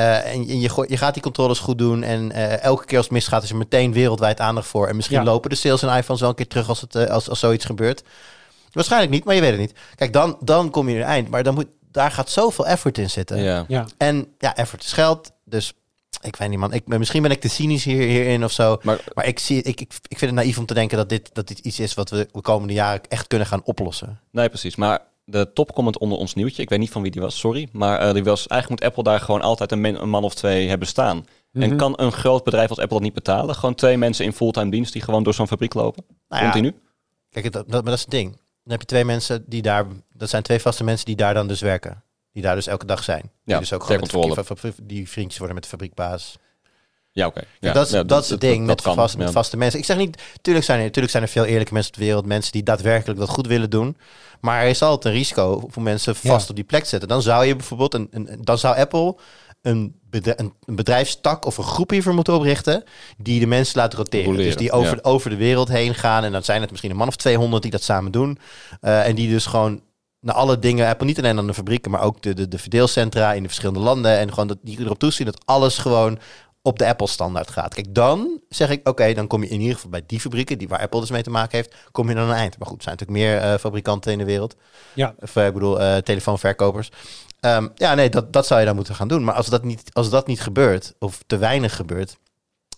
En je gaat die controles goed doen en elke keer als het misgaat is er meteen wereldwijd aandacht voor. En misschien lopen de sales en iPhones wel een keer terug als zoiets gebeurt. Waarschijnlijk niet, maar je weet het niet. Kijk, dan kom je er eind. Maar daar gaat zoveel effort in zitten. Ja. En ja, effort is geld. Dus ik weet niet, man. Misschien ben ik te cynisch hierin of zo. Maar ik vind het naïef om te denken dat dit iets is wat we de komende jaren echt kunnen gaan oplossen. Nee, precies. Maar de topcomment onder ons nieuwtje, ik weet niet van wie die was, sorry. Maar die was, eigenlijk moet Apple daar gewoon altijd een man of 2 hebben staan. Mm-hmm. En kan een groot bedrijf als Apple dat niet betalen? Gewoon 2 mensen in fulltime dienst die gewoon door zo'n fabriek lopen? Continu? Kijk, maar dat is het ding. Dan heb je 2 mensen die daar... Dat zijn 2 vaste mensen die daar dan dus werken. Die daar dus elke dag zijn. Die ja, dus ook gewoon die vriendjes worden met de fabriekbaas. Ja, oké. Ja, dat is het ding met vaste mensen. Ik zeg niet... Tuurlijk zijn er veel eerlijke mensen op de wereld. Mensen die daadwerkelijk dat goed willen doen. Maar er is altijd een risico voor mensen vast op die plek te zetten. Dan zou je bijvoorbeeld... Dan zou Apple een bedrijfstak of een groep hiervoor moeten oprichten die de mensen laat roteren. Dus die over de wereld heen gaan. En dan zijn het misschien een man of 200 die dat samen doen. En die dus gewoon naar alle dingen, Apple niet alleen aan de fabrieken, maar ook de verdeelcentra in de verschillende landen. En gewoon die erop toezien dat alles gewoon op de Apple standaard gaat. Kijk, dan zeg ik, oké, dan kom je in ieder geval bij die fabrieken, waar Apple dus mee te maken heeft, kom je dan aan een eind. Maar goed, er zijn natuurlijk meer fabrikanten in de wereld. Ja. Of ik bedoel, telefoonverkopers. Dat zou je dan moeten gaan doen. Maar als dat niet gebeurt, of te weinig gebeurt,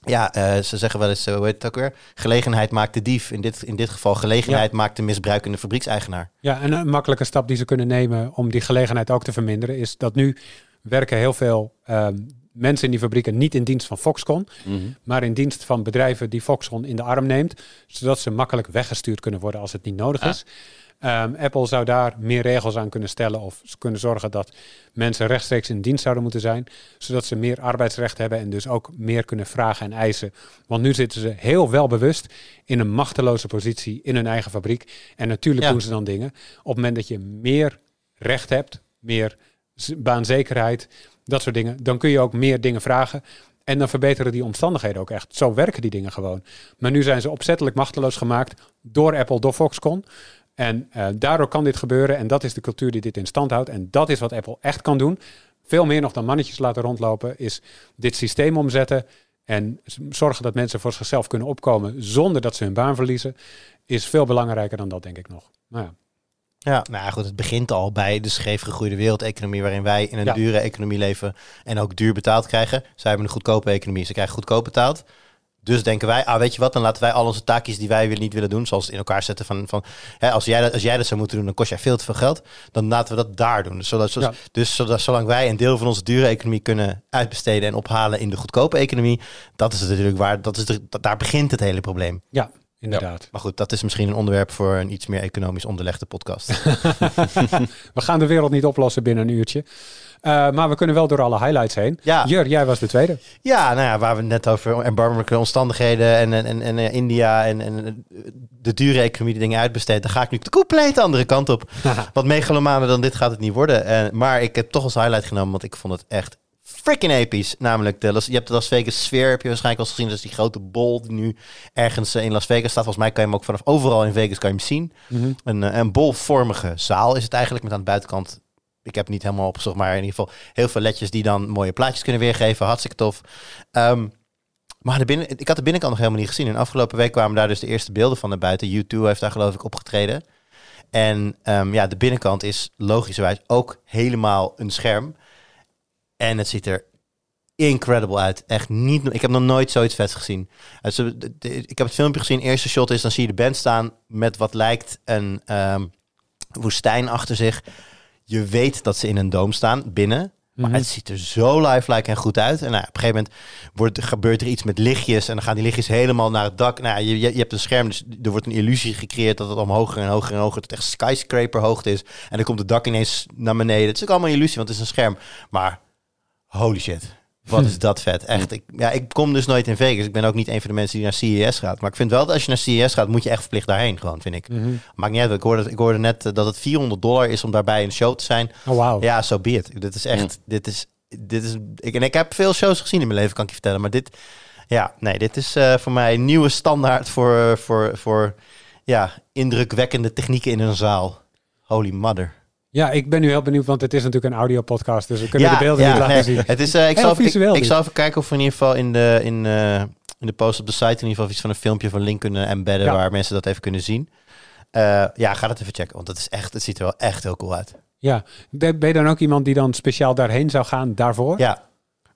ze zeggen wel eens, hoe heet het ook weer? Gelegenheid maakt de dief. In dit geval gelegenheid maakt de misbruikende fabriekseigenaar. Ja, en een makkelijke stap die ze kunnen nemen om die gelegenheid ook te verminderen, is dat nu werken heel veel mensen in die fabrieken niet in dienst van Foxconn, maar in dienst van bedrijven die Foxconn in de arm neemt, zodat ze makkelijk weggestuurd kunnen worden als het niet nodig is. Apple zou daar meer regels aan kunnen stellen of kunnen zorgen dat mensen rechtstreeks in dienst zouden moeten zijn, zodat ze meer arbeidsrecht hebben en dus ook meer kunnen vragen en eisen. Want nu zitten ze heel welbewust in een machteloze positie in hun eigen fabriek. En natuurlijk doen ze dan dingen. Op het moment dat je meer recht hebt, meer baanzekerheid, dat soort dingen, dan kun je ook meer dingen vragen. En dan verbeteren die omstandigheden ook echt. Zo werken die dingen gewoon. Maar nu zijn ze opzettelijk machteloos gemaakt door Apple, door Foxconn. En daardoor kan dit gebeuren. En dat is de cultuur die dit in stand houdt. En dat is wat Apple echt kan doen. Veel meer nog dan mannetjes laten rondlopen, is dit systeem omzetten en zorgen dat mensen voor zichzelf kunnen opkomen zonder dat ze hun baan verliezen, is veel belangrijker dan dat, denk ik nog. Nou ja. Ja, nou goed, het begint al bij de scheef gegroeide wereldeconomie waarin wij in een dure economie leven en ook duur betaald krijgen. Zij hebben een goedkope economie, ze krijgen goedkoop betaald. Dus denken wij, weet je wat, dan laten wij al onze taakjes die wij niet willen doen, zoals het in elkaar zetten van als jij dat zou moeten doen, dan kost jij veel te veel geld. Dan laten we dat daar doen. Dus zolang wij een deel van onze dure economie kunnen uitbesteden en ophalen in de goedkope economie, dat is het natuurlijk daar begint het hele probleem. Ja, inderdaad. Ja. Maar goed, dat is misschien een onderwerp voor een iets meer economisch onderlegde podcast. We gaan de wereld niet oplossen binnen een uurtje. Maar we kunnen wel door alle highlights heen. Ja. Jur, jij was de tweede. Ja, nou ja, waar we het net over erbarmelijke omstandigheden en India en de dure economie die dingen uitbesteedt, dan ga ik nu de compleet andere kant op. Wat megalomaner dan dit gaat het niet worden. Maar ik heb toch als highlight genomen, want ik vond het echt freaking episch. Namelijk, je hebt de Las Vegas sfeer, heb je waarschijnlijk al gezien. Dat is die grote bol die nu ergens in Las Vegas staat. Volgens mij kan je hem ook vanaf overal in Vegas kan je hem zien. Een bolvormige zaal is het eigenlijk, met aan de buitenkant, ik heb het niet helemaal opgezocht, maar in ieder geval heel veel ledjes die dan mooie plaatjes kunnen weergeven. Hartstikke tof. Maar ik had de binnenkant nog helemaal niet gezien. En afgelopen week kwamen daar dus de eerste beelden van naar buiten. U2 heeft daar geloof ik opgetreden. En de binnenkant is logischerwijs ook helemaal een scherm. En het ziet er incredible uit. Echt niet. Ik heb nog nooit zoiets vets gezien. Ik heb het filmpje gezien. Eerste shot is, dan zie je de band staan met wat lijkt een woestijn achter zich. Je weet dat ze in een doom staan, binnen. Maar het ziet er zo lifelike en goed uit. En op een gegeven moment gebeurt er iets met lichtjes. En dan gaan die lichtjes helemaal naar het dak. Nou, je hebt een scherm, dus er wordt een illusie gecreëerd dat het om hoger en hoger en hoger, dat het echt skyscraper hoogte is. En dan komt het dak ineens naar beneden. Het is ook allemaal een illusie, want het is een scherm. Maar holy shit. Wat is dat vet. Echt. Ik kom dus nooit in Vegas. Ik ben ook niet een van de mensen die naar CES gaat. Maar ik vind wel dat als je naar CES gaat, moet je echt verplicht daarheen. Gewoon, vind ik. Maakt niet uit. Ik hoorde net dat het $400 is om daarbij een show te zijn. Oh, wow. Ja, so be it. Dit is echt... Ik heb veel shows gezien in mijn leven, kan ik je vertellen. Maar dit is voor mij een nieuwe standaard voor indrukwekkende technieken in een zaal. Holy mother. Ja, ik ben nu heel benieuwd, want het is natuurlijk een audiopodcast, dus we kunnen de beelden niet laten zien. Het is, ik zal even kijken of we in ieder geval in de post op de site in ieder geval iets van een filmpje van link kunnen embedden waar mensen dat even kunnen zien. Ga dat even checken, want het ziet er wel echt heel cool uit. Ja, ben je dan ook iemand die dan speciaal daarheen zou gaan daarvoor? Ja.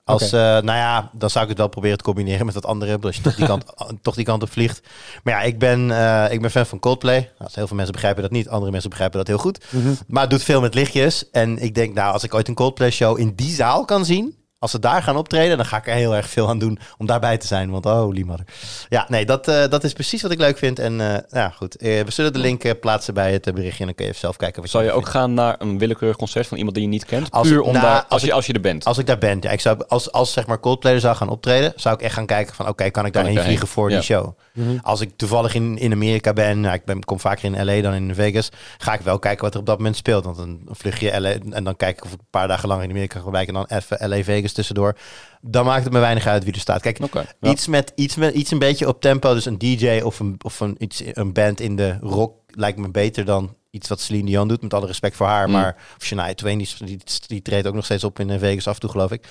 Dan zou ik het wel proberen te combineren met wat andere. Als je toch die kant op vliegt. Maar ja, ik ben fan van Coldplay. Nou, heel veel mensen begrijpen dat niet. Andere mensen begrijpen dat heel goed. Maar het doet veel met lichtjes. En ik denk, als ik ooit een Coldplay show in die zaal kan zien, als ze daar gaan optreden, dan ga ik er heel erg veel aan doen om daarbij te zijn. Want holy mother. Ja, nee, dat is precies wat ik leuk vind. En goed. We zullen de link plaatsen bij het berichtje. En dan kun je even zelf kijken. Zou je ook gaan naar een willekeurig concert van iemand die je niet kent? Als je er bent? Als ik daar ben, ja. Ik zou, als zeg maar Coldplay er zou gaan optreden, zou ik echt gaan kijken van oké, kan ik daarheen vliegen voor die show? Als ik toevallig in Amerika ben, ik kom vaker in LA dan in Vegas, ga ik wel kijken wat er op dat moment speelt. Want een vluchtje LA en dan kijk ik of ik een paar dagen lang in Amerika ga blijken en dan even LA Vegas tussendoor. Dan maakt het me weinig uit wie er staat. Kijk, iets een beetje op tempo. Dus een DJ of een band in de rock lijkt me beter dan iets wat Celine Dion doet. Met alle respect voor haar. Maar Shania Twain, die treedt ook nog steeds op in Vegas af en toe, geloof ik.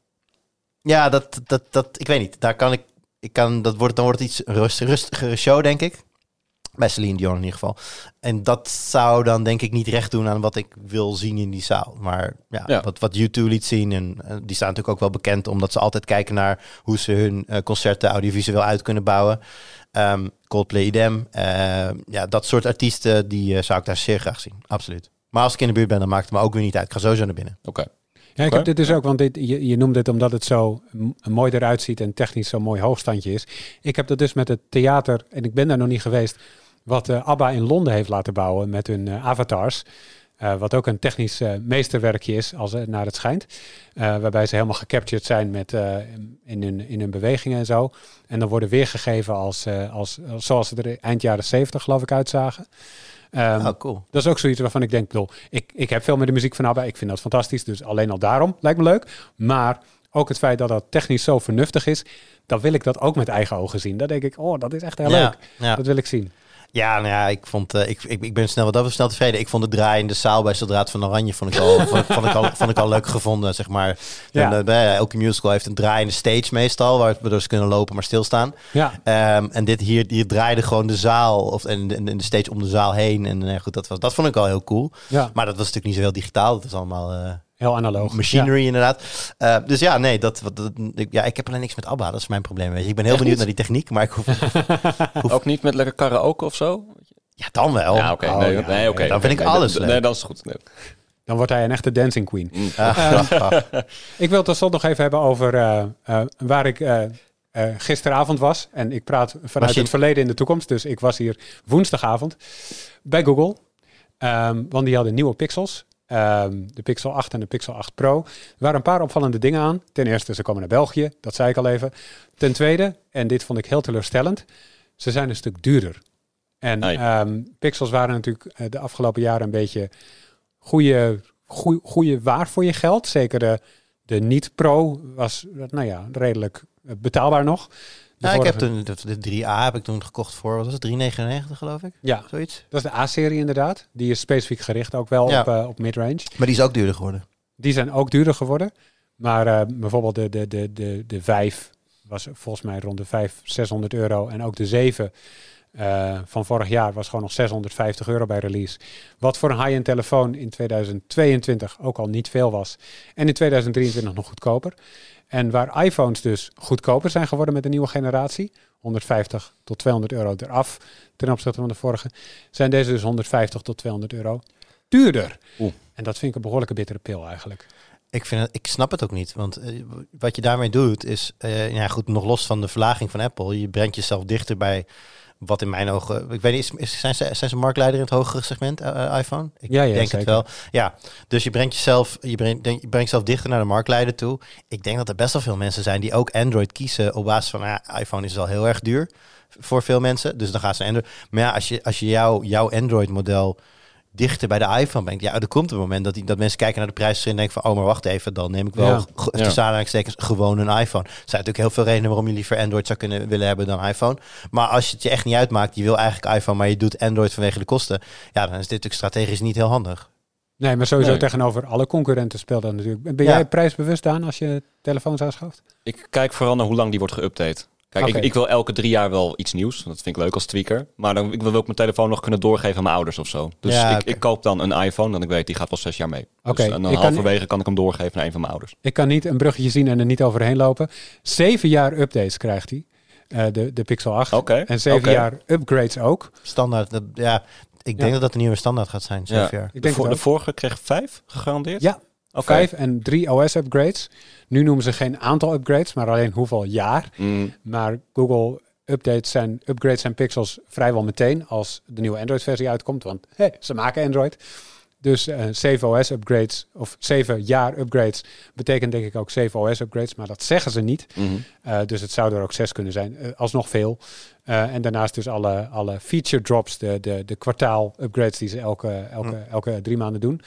Ja, dat ik weet niet. Daar kan ik dan wordt het iets rustigere show, denk ik. Bij Celine Dion in ieder geval. En dat zou dan denk ik niet recht doen aan wat ik wil zien in die zaal. Maar wat U2 liet zien. En die staan natuurlijk ook wel bekend omdat ze altijd kijken naar hoe ze hun concerten audiovisueel uit kunnen bouwen. Coldplay idem. Dat soort artiesten die zou ik daar zeer graag zien. Absoluut. Maar als ik in de buurt ben, dan maakt het me ook weer niet uit. Ik ga sowieso naar binnen. Oké. Ja, ik heb dit dus ook, want je noemt het omdat het zo mooi eruit ziet en technisch zo'n mooi hoogstandje is. Ik heb dat dus met het theater, en ik ben daar nog niet geweest, wat ABBA in Londen heeft laten bouwen met hun avatars. Wat ook een technisch meesterwerkje is, naar het schijnt. Waarbij ze helemaal gecaptured zijn met, in hun bewegingen en zo. En dan worden weergegeven zoals ze er eind jaren 70 geloof ik uitzagen. Cool. Dat is ook zoiets waarvan ik denk, ik heb veel met de muziek van ABBA. Ik vind dat fantastisch, dus alleen al daarom lijkt me leuk. Maar ook het feit dat dat technisch zo vernuftig is, dan wil ik dat ook met eigen ogen zien. Dan denk ik, dat is echt heel leuk. Ja. Dat wil ik zien. Ja, nou ja, ik vond, ik ben snel tevreden. Ik vond de draaiende zaal bij Soldaat van Oranje vond ik al leuk gevonden, zeg maar. Ja. Elke musical heeft een draaiende stage meestal, waardoor ze kunnen lopen maar stilstaan. Ja. En dit hier draaide gewoon de zaal en de stage om de zaal heen. En goed, dat vond ik al heel cool. Ja. Maar dat was natuurlijk niet zo heel digitaal. Dat is allemaal heel analoog. Machinery inderdaad. Dus ja, nee, ik heb alleen niks met ABBA. Dat is mijn probleem. Weet je. Ik ben heel benieuwd naar die techniek, maar ik hoef ook niet met lekker karaoke of zo? Ja, dan wel. Ja, oké. Okay. Dan vind ik alles leuk. Nee, dat is goed. Nee. Dan wordt hij een echte dancing queen. Ik wil het tot slot nog even hebben over waar ik gisteravond was. En ik praat vanuit het verleden in de toekomst. Dus ik was hier woensdagavond bij Google. Want die hadden nieuwe Pixels. De Pixel 8 en de Pixel 8 Pro. Er waren een paar opvallende dingen aan. Ten eerste, ze komen naar België. Dat zei ik al even. Ten tweede, en dit vond ik heel teleurstellend, ze zijn een stuk duurder. En Pixels waren natuurlijk de afgelopen jaren een beetje goede waar voor je geld. Zeker de niet-Pro was redelijk betaalbaar nog. Ik heb toen de 3A heb ik toen gekocht voor, wat was het, $3,99 geloof ik? Ja, zoiets. Dat is de A-serie inderdaad. Die is specifiek gericht ook wel op midrange. Maar die is ook duurder geworden. Die zijn ook duurder geworden. Maar bijvoorbeeld de 5 was volgens mij rond de €500-600. En ook de 7 van vorig jaar was gewoon nog €650 bij release. Wat voor een high-end telefoon in 2022 ook al niet veel was. En in 2023 nog goedkoper. En waar iPhones dus goedkoper zijn geworden met de nieuwe generatie, €150 tot €200 eraf ten opzichte van de vorige, zijn deze dus €150 tot €200 duurder. En dat vind ik een behoorlijke bittere pil eigenlijk. Ik snap het ook niet, want wat je daarmee doet is, nog los van de verlaging van Apple, je brengt jezelf dichter bij wat in mijn ogen, ik weet niet, zijn ze marktleider in het hogere segment, iPhone? Ik denk zeker. Het wel. Ja, dus je brengt jezelf dichter naar de marktleider toe. Ik denk dat er best wel veel mensen zijn die ook Android kiezen op basis van, iPhone is al heel erg duur voor veel mensen, dus dan gaan ze Android. Maar ja, als je jouw Android-model dichter bij de iPhone brengt, er komt een moment dat mensen kijken naar de prijs en denken van, maar wacht even, dan neem ik wel tussen aanhalingstekens gewoon een iPhone. Er zijn natuurlijk heel veel redenen waarom je liever Android zou willen hebben dan iPhone. Maar als het je echt niet uitmaakt, je wil eigenlijk iPhone, maar je doet Android vanwege de kosten, dan is dit natuurlijk strategisch niet heel handig. Nee, maar sowieso tegenover alle concurrenten speelt dat natuurlijk. Ben jij prijsbewust aan als je telefoons aanschaft? Ik kijk vooral naar hoe lang die wordt geüpdate. Kijk, ik wil elke 3 jaar wel iets nieuws. Dat vind ik leuk als tweaker. Maar ik wil ook mijn telefoon nog kunnen doorgeven aan mijn ouders of zo. Dus ik koop dan een iPhone en ik weet, die gaat wel 6 jaar mee. Dus, en dan halverwege kan ik hem doorgeven naar een van mijn ouders. Ik kan niet een bruggetje zien en er niet overheen lopen. 7 jaar updates krijgt hij. De Pixel 8. En 7 jaar upgrades ook. Standaard, ik denk dat dat de nieuwe standaard gaat zijn. 7 jaar. Ik denk de vorige kreeg 5 gegarandeerd? Ja. 5 en 3 OS-upgrades. Nu noemen ze geen aantal upgrades, maar alleen hoeveel jaar. Maar Google upgrades zijn Pixels vrijwel meteen als de nieuwe Android-versie uitkomt. Want ze maken Android. Dus 7 OS-upgrades of 7 jaar upgrades betekent denk ik ook 7 OS-upgrades. Maar dat zeggen ze niet. Dus het zou er ook 6 kunnen zijn. Alsnog veel. En daarnaast dus alle feature drops, de kwartaal-upgrades die ze elke 3 maanden doen.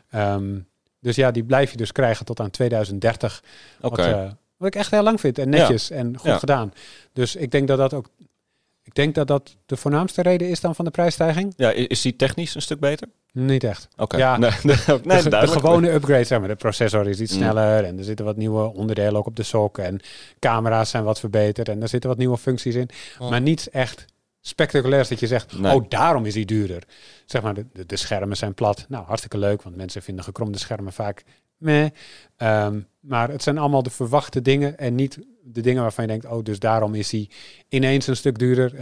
Dus die blijf je dus krijgen tot aan 2030. Wat ik echt heel lang vind. En netjes en goed gedaan. Dus ik denk dat dat de voornaamste reden is dan van de prijsstijging. Ja, is die technisch een stuk beter? Niet echt. Ja, de gewone upgrade, zeg maar. De processor is iets sneller en er zitten wat nieuwe onderdelen ook op de sok. En camera's zijn wat verbeterd en er zitten wat nieuwe functies in. Maar niets echt spectaculairs dat je zegt, daarom is die duurder. Zeg maar, de schermen zijn plat. Nou, hartstikke leuk, want mensen vinden gekromde schermen vaak meh. Maar het zijn allemaal de verwachte dingen en niet de dingen waarvan je denkt, dus daarom is hij ineens een stuk duurder.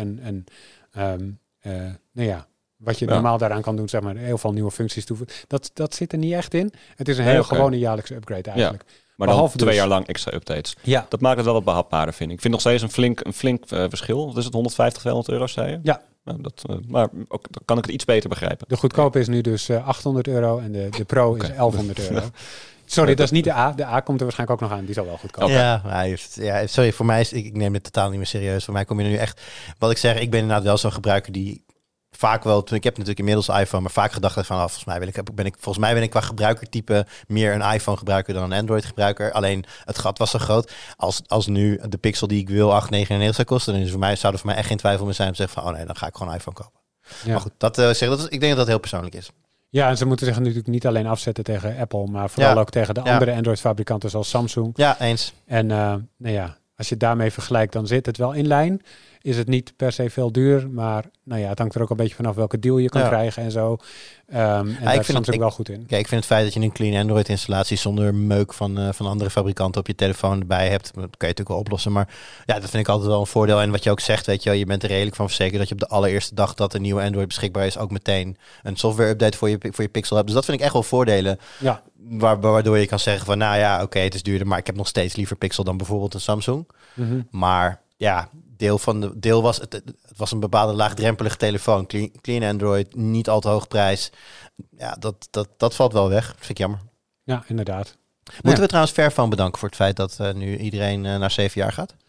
Wat je normaal daaraan kan doen, zeg maar, heel veel nieuwe functies toevoegen. Dat zit er niet echt in. Het is een heel gewone jaarlijkse upgrade eigenlijk. Ja. Maar behalve dan 2 jaar lang extra updates. Ja. Dat maakt het wel wat behapbaarder, vind ik. Ik vind nog steeds een flink verschil. Wat is het, 150, 200 euro, zei je? Ja. Nou, maar ook, dan kan ik het iets beter begrijpen. De goedkope is nu dus 800 euro en de Pro is 1100 euro. Sorry, dat is niet de A. De A komt er waarschijnlijk ook nog aan. Die zal wel goed komen. Ja, sorry, voor mij ik neem dit totaal niet meer serieus. Voor mij kom je er nu echt... Wat ik zeg, ik ben inderdaad wel zo'n gebruiker die... Vaak wel, ik heb natuurlijk inmiddels een iPhone, maar vaak gedacht van, volgens mij ben ik qua gebruikertype meer een iPhone gebruiker dan een Android gebruiker. Alleen het gat was zo groot. Als nu de Pixel die ik wil 8,99 zou kosten, dan zou er voor mij echt geen twijfel meer zijn om te zeggen van, dan ga ik gewoon een iPhone kopen. Ja. Maar goed, ik denk dat dat heel persoonlijk is. Ja, en ze moeten zich natuurlijk niet alleen afzetten tegen Apple, maar vooral ook tegen de andere Android-fabrikanten zoals Samsung. Ja, eens. En als je daarmee vergelijkt, dan zit het wel in lijn. Is het niet per se veel duur, maar het hangt er ook een beetje vanaf welke deal je kan krijgen en zo. En daar stond er wel goed in. Kijk, ik vind het feit dat je een clean Android installatie zonder meuk van andere fabrikanten op je telefoon erbij hebt, dat kan je natuurlijk wel oplossen. Maar dat vind ik altijd wel een voordeel. En wat je ook zegt, weet je wel, je bent er redelijk van verzekerd dat je op de allereerste dag dat een nieuwe Android beschikbaar is, ook meteen een software update voor je Pixel hebt. Dus dat vind ik echt wel voordelen. Ja. Waardoor je kan zeggen van, het is duurder, maar ik heb nog steeds liever Pixel dan bijvoorbeeld een Samsung. Mm-hmm. Maar deel was het was een bepaalde laagdrempelige telefoon. Clean Android, niet al te hoog prijs. Ja, dat valt wel weg. Dat vind ik jammer. Ja, inderdaad. Moeten we trouwens Fairphone bedanken voor het feit dat nu iedereen naar 7 jaar gaat?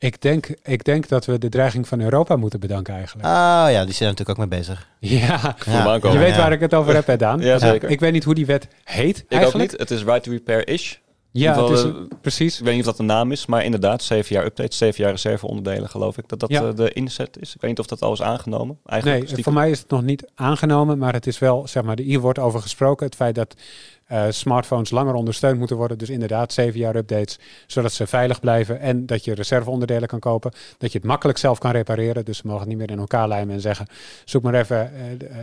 Ik denk dat we de dreiging van Europa moeten bedanken eigenlijk. Die zijn natuurlijk ook mee bezig. Ja, je weet waar ik het over heb, hè, Daan? Ja, zeker. Ik weet niet hoe die wet heet ik eigenlijk. Ook niet. Het is Right to Repair-ish. Ja, het is precies. Ik weet niet of dat de naam is, maar inderdaad, 7 jaar updates, 7 jaar reserveonderdelen, geloof ik. Dat de inzet is. Ik weet niet of dat al is aangenomen. Nee, voor mij is het nog niet aangenomen, maar het is wel, zeg maar, hier wordt over gesproken. Het feit dat smartphones langer ondersteund moeten worden. Dus inderdaad 7 jaar updates, zodat ze veilig blijven en dat je reserveonderdelen kan kopen. Dat je het makkelijk zelf kan repareren. Dus ze mogen het niet meer in elkaar lijmen en zeggen, zoek maar even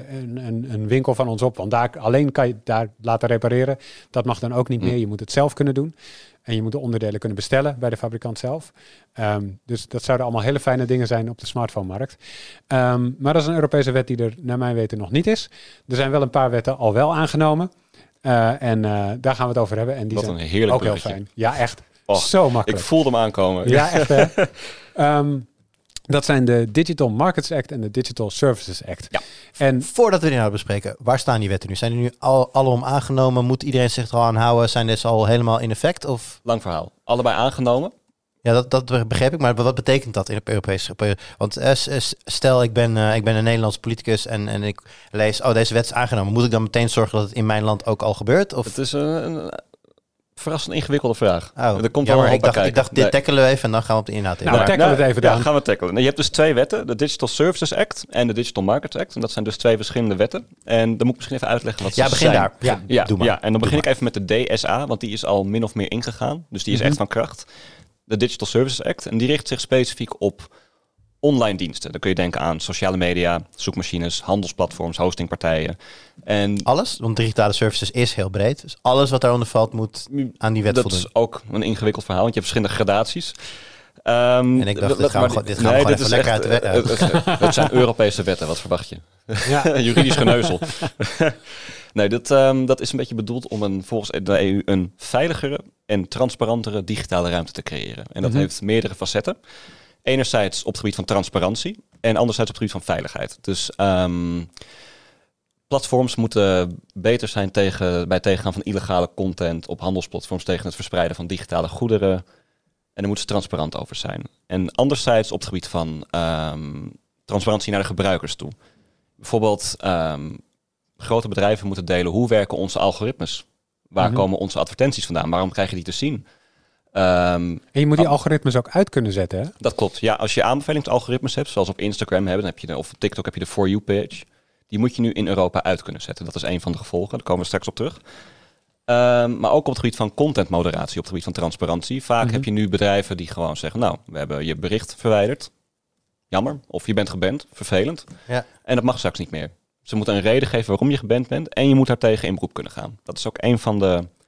een winkel van ons op, want alleen kan je daar laten repareren. Dat mag dan ook niet meer. Je moet het zelf kunnen doen. En je moet de onderdelen kunnen bestellen bij de fabrikant zelf. Dus dat zouden allemaal hele fijne dingen zijn op de smartphone-markt. Maar dat is een Europese wet die er naar mijn weten nog niet is. Er zijn wel een paar wetten al wel aangenomen. Daar gaan we het over hebben. En die zijn ook heel fijn. Ja, echt. Zo makkelijk. Ik voelde hem aankomen. Ja, echt hè. Dat zijn de Digital Markets Act en de Digital Services Act. Ja. En voordat we die nou bespreken, waar staan die wetten nu? Zijn die nu allemaal aangenomen? Moet iedereen zich er al aan houden? Zijn deze al helemaal in effect? Of? Lang verhaal. Allebei aangenomen. Ja, dat begreep ik. Maar wat betekent dat in het Europese? Want stel, ik ben een Nederlands politicus en ik lees, deze wet is aangenomen. Moet ik dan meteen zorgen dat het in mijn land ook al gebeurt? Of? Het is een verrassend ingewikkelde vraag. Er komt wel ik dacht, dit tackelen we even en dan gaan we op de inhoud in. Nou, tackelen we het even dan. Ja, gaan we tackelen. Je hebt dus 2 wetten. De Digital Services Act en de Digital Markets Act. En dat zijn dus 2 verschillende wetten. En dan moet ik misschien even uitleggen wat ze zijn. Begin daar. Doe maar. Ja, en dan begin ik even met de DSA, want die is al min of meer ingegaan. Dus die is echt van kracht. De Digital Services Act. En die richt zich specifiek op online diensten. Dan kun je denken aan sociale media, zoekmachines, handelsplatforms, hostingpartijen. En alles? Want digitale services is heel breed. Dus alles wat daaronder valt moet aan die wet voldoen. Dat is ook een ingewikkeld verhaal, want je hebt verschillende gradaties. En ik dacht, dit gaan we gewoon even lekker uit de wet uit. Het zijn Europese wetten, wat verwacht je? Ja. Juridisch geneuzel. Nee, dat is een beetje bedoeld om volgens de EU een veiligere en transparantere digitale ruimte te creëren. En dat heeft meerdere facetten. Enerzijds op het gebied van transparantie en anderzijds op het gebied van veiligheid. Dus platforms moeten beter zijn bij het tegengaan van illegale content op handelsplatforms, tegen het verspreiden van digitale goederen. En daar moeten ze transparant over zijn. En anderzijds op het gebied van transparantie naar de gebruikers toe. Bijvoorbeeld grote bedrijven moeten delen, hoe werken onze algoritmes? Waar komen onze advertenties vandaan? Waarom krijg je die te zien? En je moet die algoritmes ook uit kunnen zetten, hè? Dat klopt. Ja, als je aanbevelingsalgoritmes hebt, zoals op Instagram hebben, dan heb je of op TikTok heb je de For You page. Die moet je nu in Europa uit kunnen zetten. Dat is een van de gevolgen. Daar komen we straks op terug. Maar ook op het gebied van contentmoderatie, op het gebied van transparantie. Vaak heb je nu bedrijven die gewoon zeggen, nou, we hebben je bericht verwijderd. jammer. Of je bent geband, vervelend. Ja. En dat mag straks niet meer. Ze moeten een reden geven waarom je geband bent. En je moet daar tegen in beroep kunnen gaan. Dat is ook een van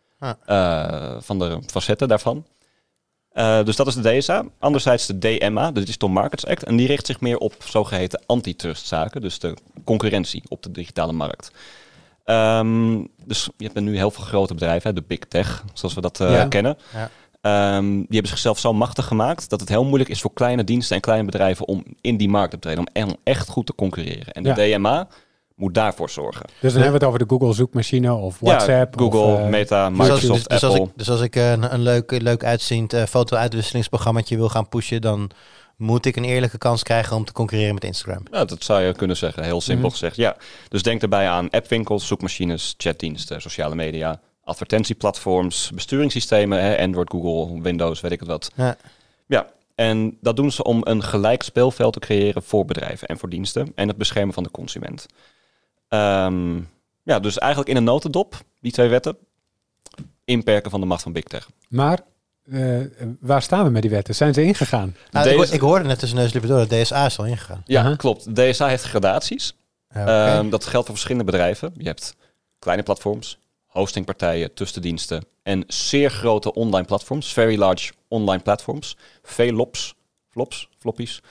de facetten daarvan. Dus dat is de DSA. Anderzijds de DMA, de Digital Markets Act. En die richt zich meer op zogeheten antitrustzaken. Dus de concurrentie op de digitale markt. Dus je hebt nu heel veel grote bedrijven, de Big Tech, zoals we dat kennen. Ja. Die hebben zichzelf zo machtig gemaakt dat het heel moeilijk is voor kleine diensten en kleine bedrijven om in die markt te treden. Om echt goed te concurreren. En de DMA moet daarvoor zorgen. Dus dan hebben we het over de Google zoekmachine of WhatsApp. Google, of, Meta, Microsoft, Apple. Dus als ik een leuk uitziend foto-uitwisselingsprogrammaatje wil gaan pushen, dan moet ik een eerlijke kans krijgen om te concurreren met Instagram. Ja, dat zou je kunnen zeggen. Heel simpel gezegd. Ja. Dus denk daarbij aan appwinkels, zoekmachines, chatdiensten, sociale media, advertentieplatforms, besturingssystemen, Android, Google, Windows, weet ik het wat. Ja. En dat doen ze om een gelijk speelveld te creëren voor bedrijven en voor diensten en het beschermen van de consument. Dus eigenlijk in een notendop, die 2 wetten, inperken van de macht van Big Tech. Maar waar staan we met die wetten? Zijn ze ingegaan? Nou, ik hoorde net tussen neus en lippen door dat DSA is al ingegaan. Ja, klopt. De DSA heeft gradaties. Dat geldt voor verschillende bedrijven. Je hebt kleine platforms, hostingpartijen, tussendiensten en zeer grote online platforms. Very large online platforms. Floppies.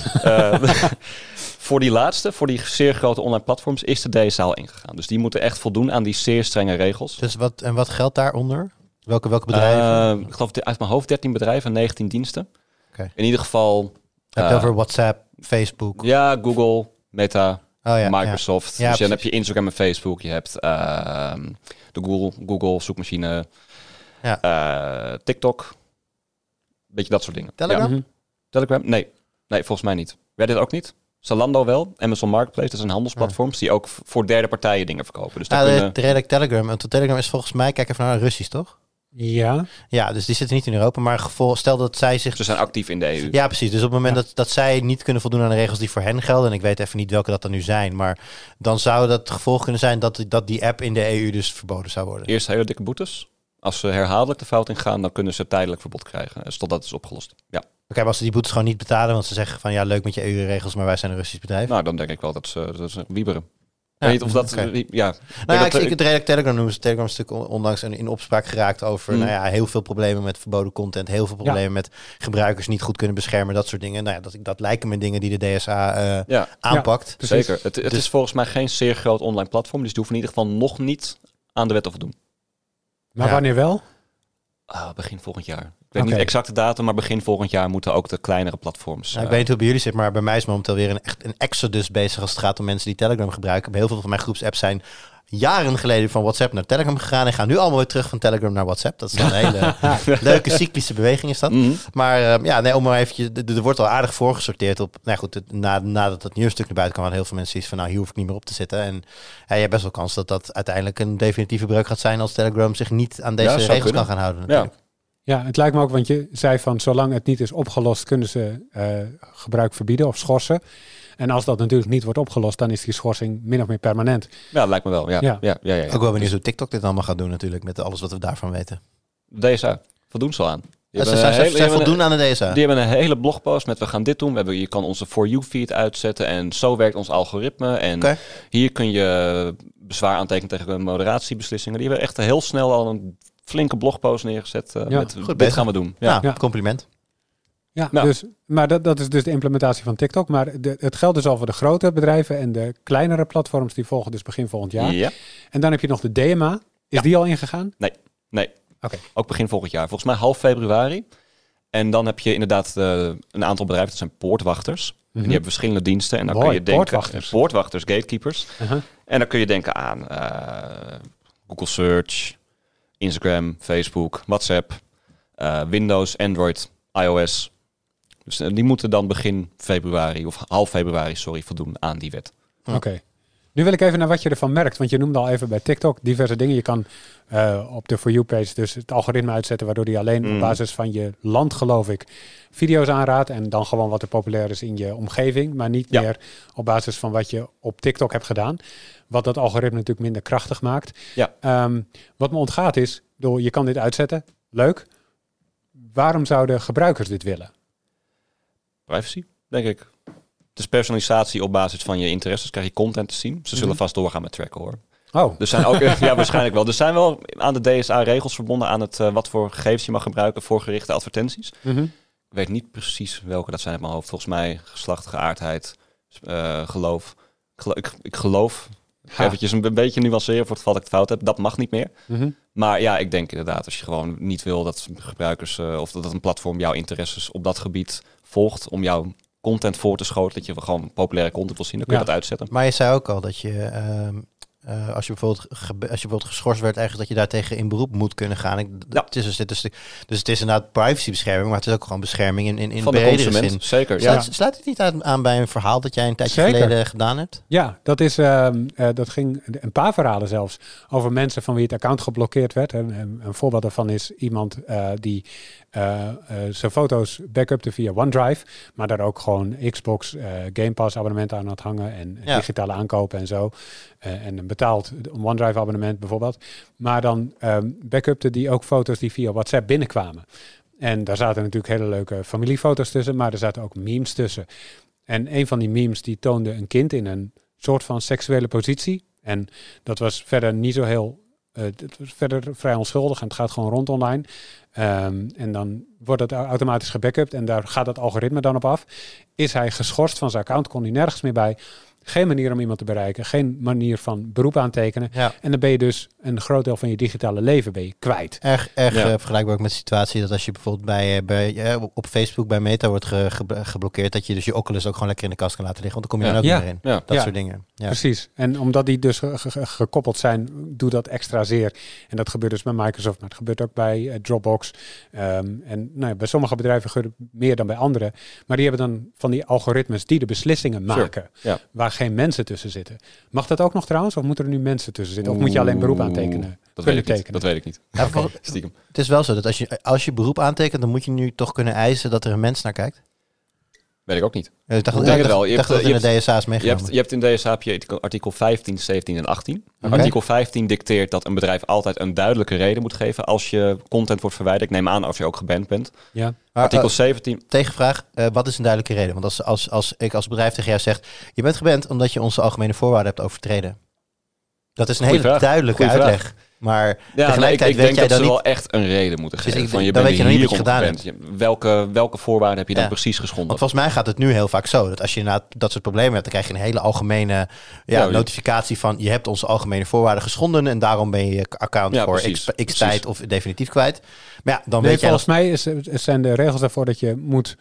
Voor die laatste, voor die zeer grote online platforms, is de DSA al ingegaan. Dus die moeten echt voldoen aan die zeer strenge regels. Dus wat geldt daaronder? Welke bedrijven? Ik geloof uit mijn hoofd 13 bedrijven en 19 diensten. Okay. In ieder geval... Heb je over WhatsApp, Facebook? Ja, Google, Meta, Microsoft. Dus dan heb je Instagram en Facebook. Je hebt de Google zoekmachine. TikTok. Beetje dat soort dingen. Telegram? Ja. Telegram? Nee, volgens mij niet. Reddit ook niet. Zalando wel. Amazon Marketplace, dat zijn handelsplatforms die ook voor derde partijen dingen verkopen. Dus Telegram. Want Telegram is volgens mij, kijk even naar Russisch, toch? Ja. Ja, dus die zitten niet in Europa. Maar stel dat zij zich... Ze zijn actief in de EU. Ja, precies. Dus op het moment dat zij niet kunnen voldoen aan de regels die voor hen gelden, en ik weet even niet welke dat dan nu zijn, maar dan zou dat het gevolg kunnen zijn dat die app in de EU dus verboden zou worden. Eerst hele dikke boetes. Als ze herhaaldelijk de fout ingaan, dan kunnen ze tijdelijk verbod krijgen. Dus totdat het is opgelost. Ja. Oké, maar als ze die boetes gewoon niet betalen, want ze zeggen van ja, leuk met je EU-regels, maar wij zijn een Russisch bedrijf. Nou, dan denk ik wel dat ze wieberen. Ja, weet of dat... Okay. Ja. Ik het redelijk Telegram noemen ze. Telegram is natuurlijk onlangs in opspraak geraakt over heel veel problemen met verboden content, heel veel problemen met gebruikers niet goed kunnen beschermen, dat soort dingen. Nou ja, dat lijken me dingen die de DSA aanpakt. Ja, zeker. Het is volgens mij geen zeer groot online platform, dus die hoeven in ieder geval nog niet aan de wet te voldoen. Maar wanneer wel? Begin volgend jaar. Ik weet niet exact de datum, maar begin volgend jaar moeten ook de kleinere platforms... Nou, ik weet niet hoe bij jullie zit, maar bij mij is momenteel weer een exodus bezig als het gaat om mensen die Telegram gebruiken. Heel veel van mijn groepsapps zijn jaren geleden van WhatsApp naar Telegram gegaan en gaan nu allemaal weer terug van Telegram naar WhatsApp. Dat is een hele leuke cyclische beweging is dat. Mm-hmm. Maar om maar eventjes, er wordt al aardig voorgesorteerd op, nou goed, nadat het nieuwsstuk naar buiten kwam, hadden heel veel mensen iets van, nou hier hoef ik niet meer op te zitten. En je hebt best wel kans dat uiteindelijk een definitieve breuk gaat zijn als Telegram zich niet aan deze regels kan gaan houden natuurlijk. Ja, het lijkt me ook, want je zei van zolang het niet is opgelost, kunnen ze gebruik verbieden of schorsen. En als dat natuurlijk niet wordt opgelost, dan is die schorsing min of meer permanent. Ja, dat lijkt me wel. Ja. Ook wel benieuwd hoe TikTok dit allemaal gaat doen natuurlijk, met alles wat we daarvan weten. DSA, voldoen ze al aan. Zij voldoen aan de DSA. Die hebben een hele blogpost met we gaan dit doen. Je kan onze For You feed uitzetten en zo werkt ons algoritme. En hier kun je bezwaar aantekenen tegen moderatiebeslissingen. Die hebben echt heel snel al een flinke blogpost neergezet. Dit gaan we doen. Ja, compliment. Ja, dus, maar dat is dus de implementatie van TikTok. Maar het geldt dus al voor de grote bedrijven en de kleinere platforms die volgen dus begin volgend jaar. Ja. En dan heb je nog de DMA. Is die al ingegaan? Nee. Ook begin volgend jaar. Volgens mij half februari. En dan heb je inderdaad een aantal bedrijven, dat zijn poortwachters. En die hebben verschillende diensten. En dan kun je denken... Poortwachters, gatekeepers. En dan kun je denken aan Google Search, Instagram, Facebook, WhatsApp, Windows, Android, iOS. Dus die moeten dan begin februari, of half februari, voldoen aan die wet. Oké. Nu wil ik even naar wat je ervan merkt. Want je noemde al even bij TikTok diverse dingen. Je kan op de For You-page dus het algoritme uitzetten, waardoor die alleen op basis van je land, geloof ik, video's aanraadt. En dan gewoon wat er populair is in je omgeving. Maar niet meer op basis van wat je op TikTok hebt gedaan. Wat dat algoritme natuurlijk minder krachtig maakt. Ja. Wat me ontgaat is, je kan dit uitzetten. Leuk. Waarom zouden gebruikers dit willen? Privacy, denk ik. is personalisatie op basis van je interesses. Krijg je content te zien. Ze zullen vast doorgaan met tracken, hoor. Oh. Er zijn ook, ja, waarschijnlijk wel. Er zijn wel aan de DSA regels verbonden aan het wat voor gegevens je mag gebruiken voor gerichte advertenties. Mm-hmm. Ik weet niet precies welke dat zijn uit mijn hoofd. Volgens mij geslacht, geaardheid, geloof. Ik geloof, eventjes een beetje nuanceren voor het geval dat ik het fout heb. Dat mag niet meer. Mm-hmm. Maar ja, ik denk inderdaad, als je gewoon niet wil dat gebruikers of dat een platform jouw interesses op dat gebied volgt om jouw content voor te schoten, dat je gewoon populaire content wil zien, dan kun je dat uitzetten. Maar je zei ook al dat je als je bijvoorbeeld geschorst werd, eigenlijk dat je daartegen in beroep moet kunnen gaan. Dus het is inderdaad privacybescherming, maar het is ook gewoon bescherming in van de consument. Zin. Zeker. Sluit het niet aan bij een verhaal dat jij een tijdje geleden gedaan hebt? Ja, dat ging een paar verhalen zelfs over mensen van wie het account geblokkeerd werd. Een voorbeeld daarvan is iemand die zijn foto's backupte via OneDrive, maar daar ook gewoon Xbox Game Pass abonnementen aan had hangen en digitale aankopen en zo. En een betaald OneDrive abonnement bijvoorbeeld. Maar dan backupte die ook foto's die via WhatsApp binnenkwamen. En daar zaten natuurlijk hele leuke familiefoto's tussen, maar er zaten ook memes tussen. En een van die memes die toonde een kind in een soort van seksuele positie. En dat was verder niet zo heel... het was verder vrij onschuldig en het gaat gewoon rond online. En dan wordt het automatisch gebackupt en daar gaat het algoritme dan op af. Is hij geschorst van zijn account, kon hij nergens meer bij. Geen manier om iemand te bereiken, geen manier van beroep aantekenen. Ja. En dan ben je dus een groot deel van je digitale leven ben je kwijt. Erg vergelijkbaar ook met de situatie dat als je bijvoorbeeld op Facebook bij Meta wordt geblokkeerd, dat je dus je Oculus ook gewoon lekker in de kast kan laten liggen, want dan kom je dan ook weer in. Ja. Dat soort dingen. Ja. Precies. En omdat die dus gekoppeld zijn, doet dat extra zeer. En dat gebeurt dus bij Microsoft, maar het gebeurt ook bij Dropbox. En bij sommige bedrijven gebeurt het meer dan bij andere. Maar die hebben dan van die algoritmes die de beslissingen maken. Sure. Ja. Waar geen mensen tussen zitten. Mag dat ook nog trouwens? Of moeten er nu mensen tussen zitten? Of moet je alleen beroep aantekenen? Dat weet ik niet. Ja, stiekem. Het is wel zo dat als je beroep aantekent, dan moet je nu toch kunnen eisen dat er een mens naar kijkt. Weet ik ook niet. Ja, ik dacht dat het in de DSA is meegenomen. Je hebt in de DSA heb je artikel 15, 17 en 18. Okay. Artikel 15 dicteert dat een bedrijf altijd een duidelijke reden moet geven als je content wordt verwijderd. Ik neem aan als je ook geband bent. Ja. Artikel 17. Tegenvraag, wat is een duidelijke reden? Want als ik als bedrijf tegen jou zeg, je bent geband omdat je onze algemene voorwaarden hebt overtreden. Dat is een hele duidelijke uitleg. Maar tegelijkertijd ik denk dat ze wel echt een reden moeten geven. Dus je bent hier niet gedaan hebt. Welke voorwaarden heb je dan precies geschonden? Want volgens mij gaat het nu heel vaak zo. Dat als je dat soort problemen hebt, dan krijg je een hele algemene notificatie van je hebt onze algemene voorwaarden geschonden en daarom ben je account voor x tijd of definitief kwijt. Maar dan weet je volgens mij zijn de regels daarvoor dat je moet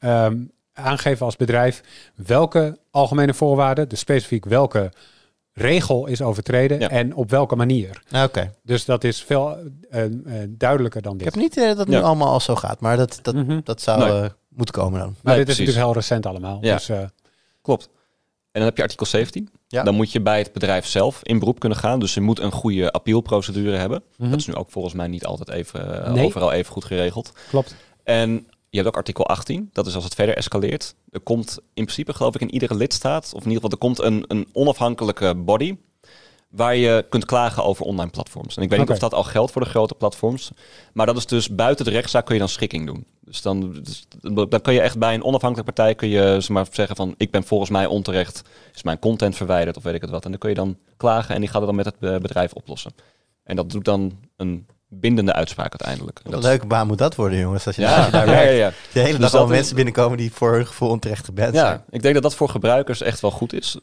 aangeven als bedrijf welke algemene voorwaarden, dus specifiek welke regel is overtreden en op welke manier. Okay. Dus dat is veel duidelijker dan dit. Ik heb niet dat het nu allemaal al zo gaat, maar dat zou moeten komen dan. Maar dit is natuurlijk heel recent allemaal. Ja. Dus, klopt. En dan heb je artikel 17. Ja. Dan moet je bij het bedrijf zelf in beroep kunnen gaan. Dus je moet een goede appealprocedure hebben. Dat is nu ook volgens mij niet altijd overal even goed geregeld. Klopt. En je hebt ook artikel 18. Dat is als het verder escaleert. Er komt in principe, geloof ik, in iedere lidstaat, of in ieder geval, er komt een onafhankelijke body waar je kunt klagen over online platforms. En ik weet niet of dat al geldt voor de grote platforms. Maar dat is dus buiten de rechtszaak kun je dan schikking doen. Dus dan kun je echt bij een onafhankelijke partij kun je zeggen van ik ben volgens mij onterecht, is mijn content verwijderd of weet ik het wat. En dan kun je dan klagen en die gaat het dan met het bedrijf oplossen. En dat doet dan een bindende uitspraak uiteindelijk. Wat een leuke baan moet dat worden, jongens. Als je daar werkt. De hele dag al mensen binnenkomen die voor hun gevoel onterecht geband zijn. Ja, ik denk dat dat voor gebruikers echt wel goed is.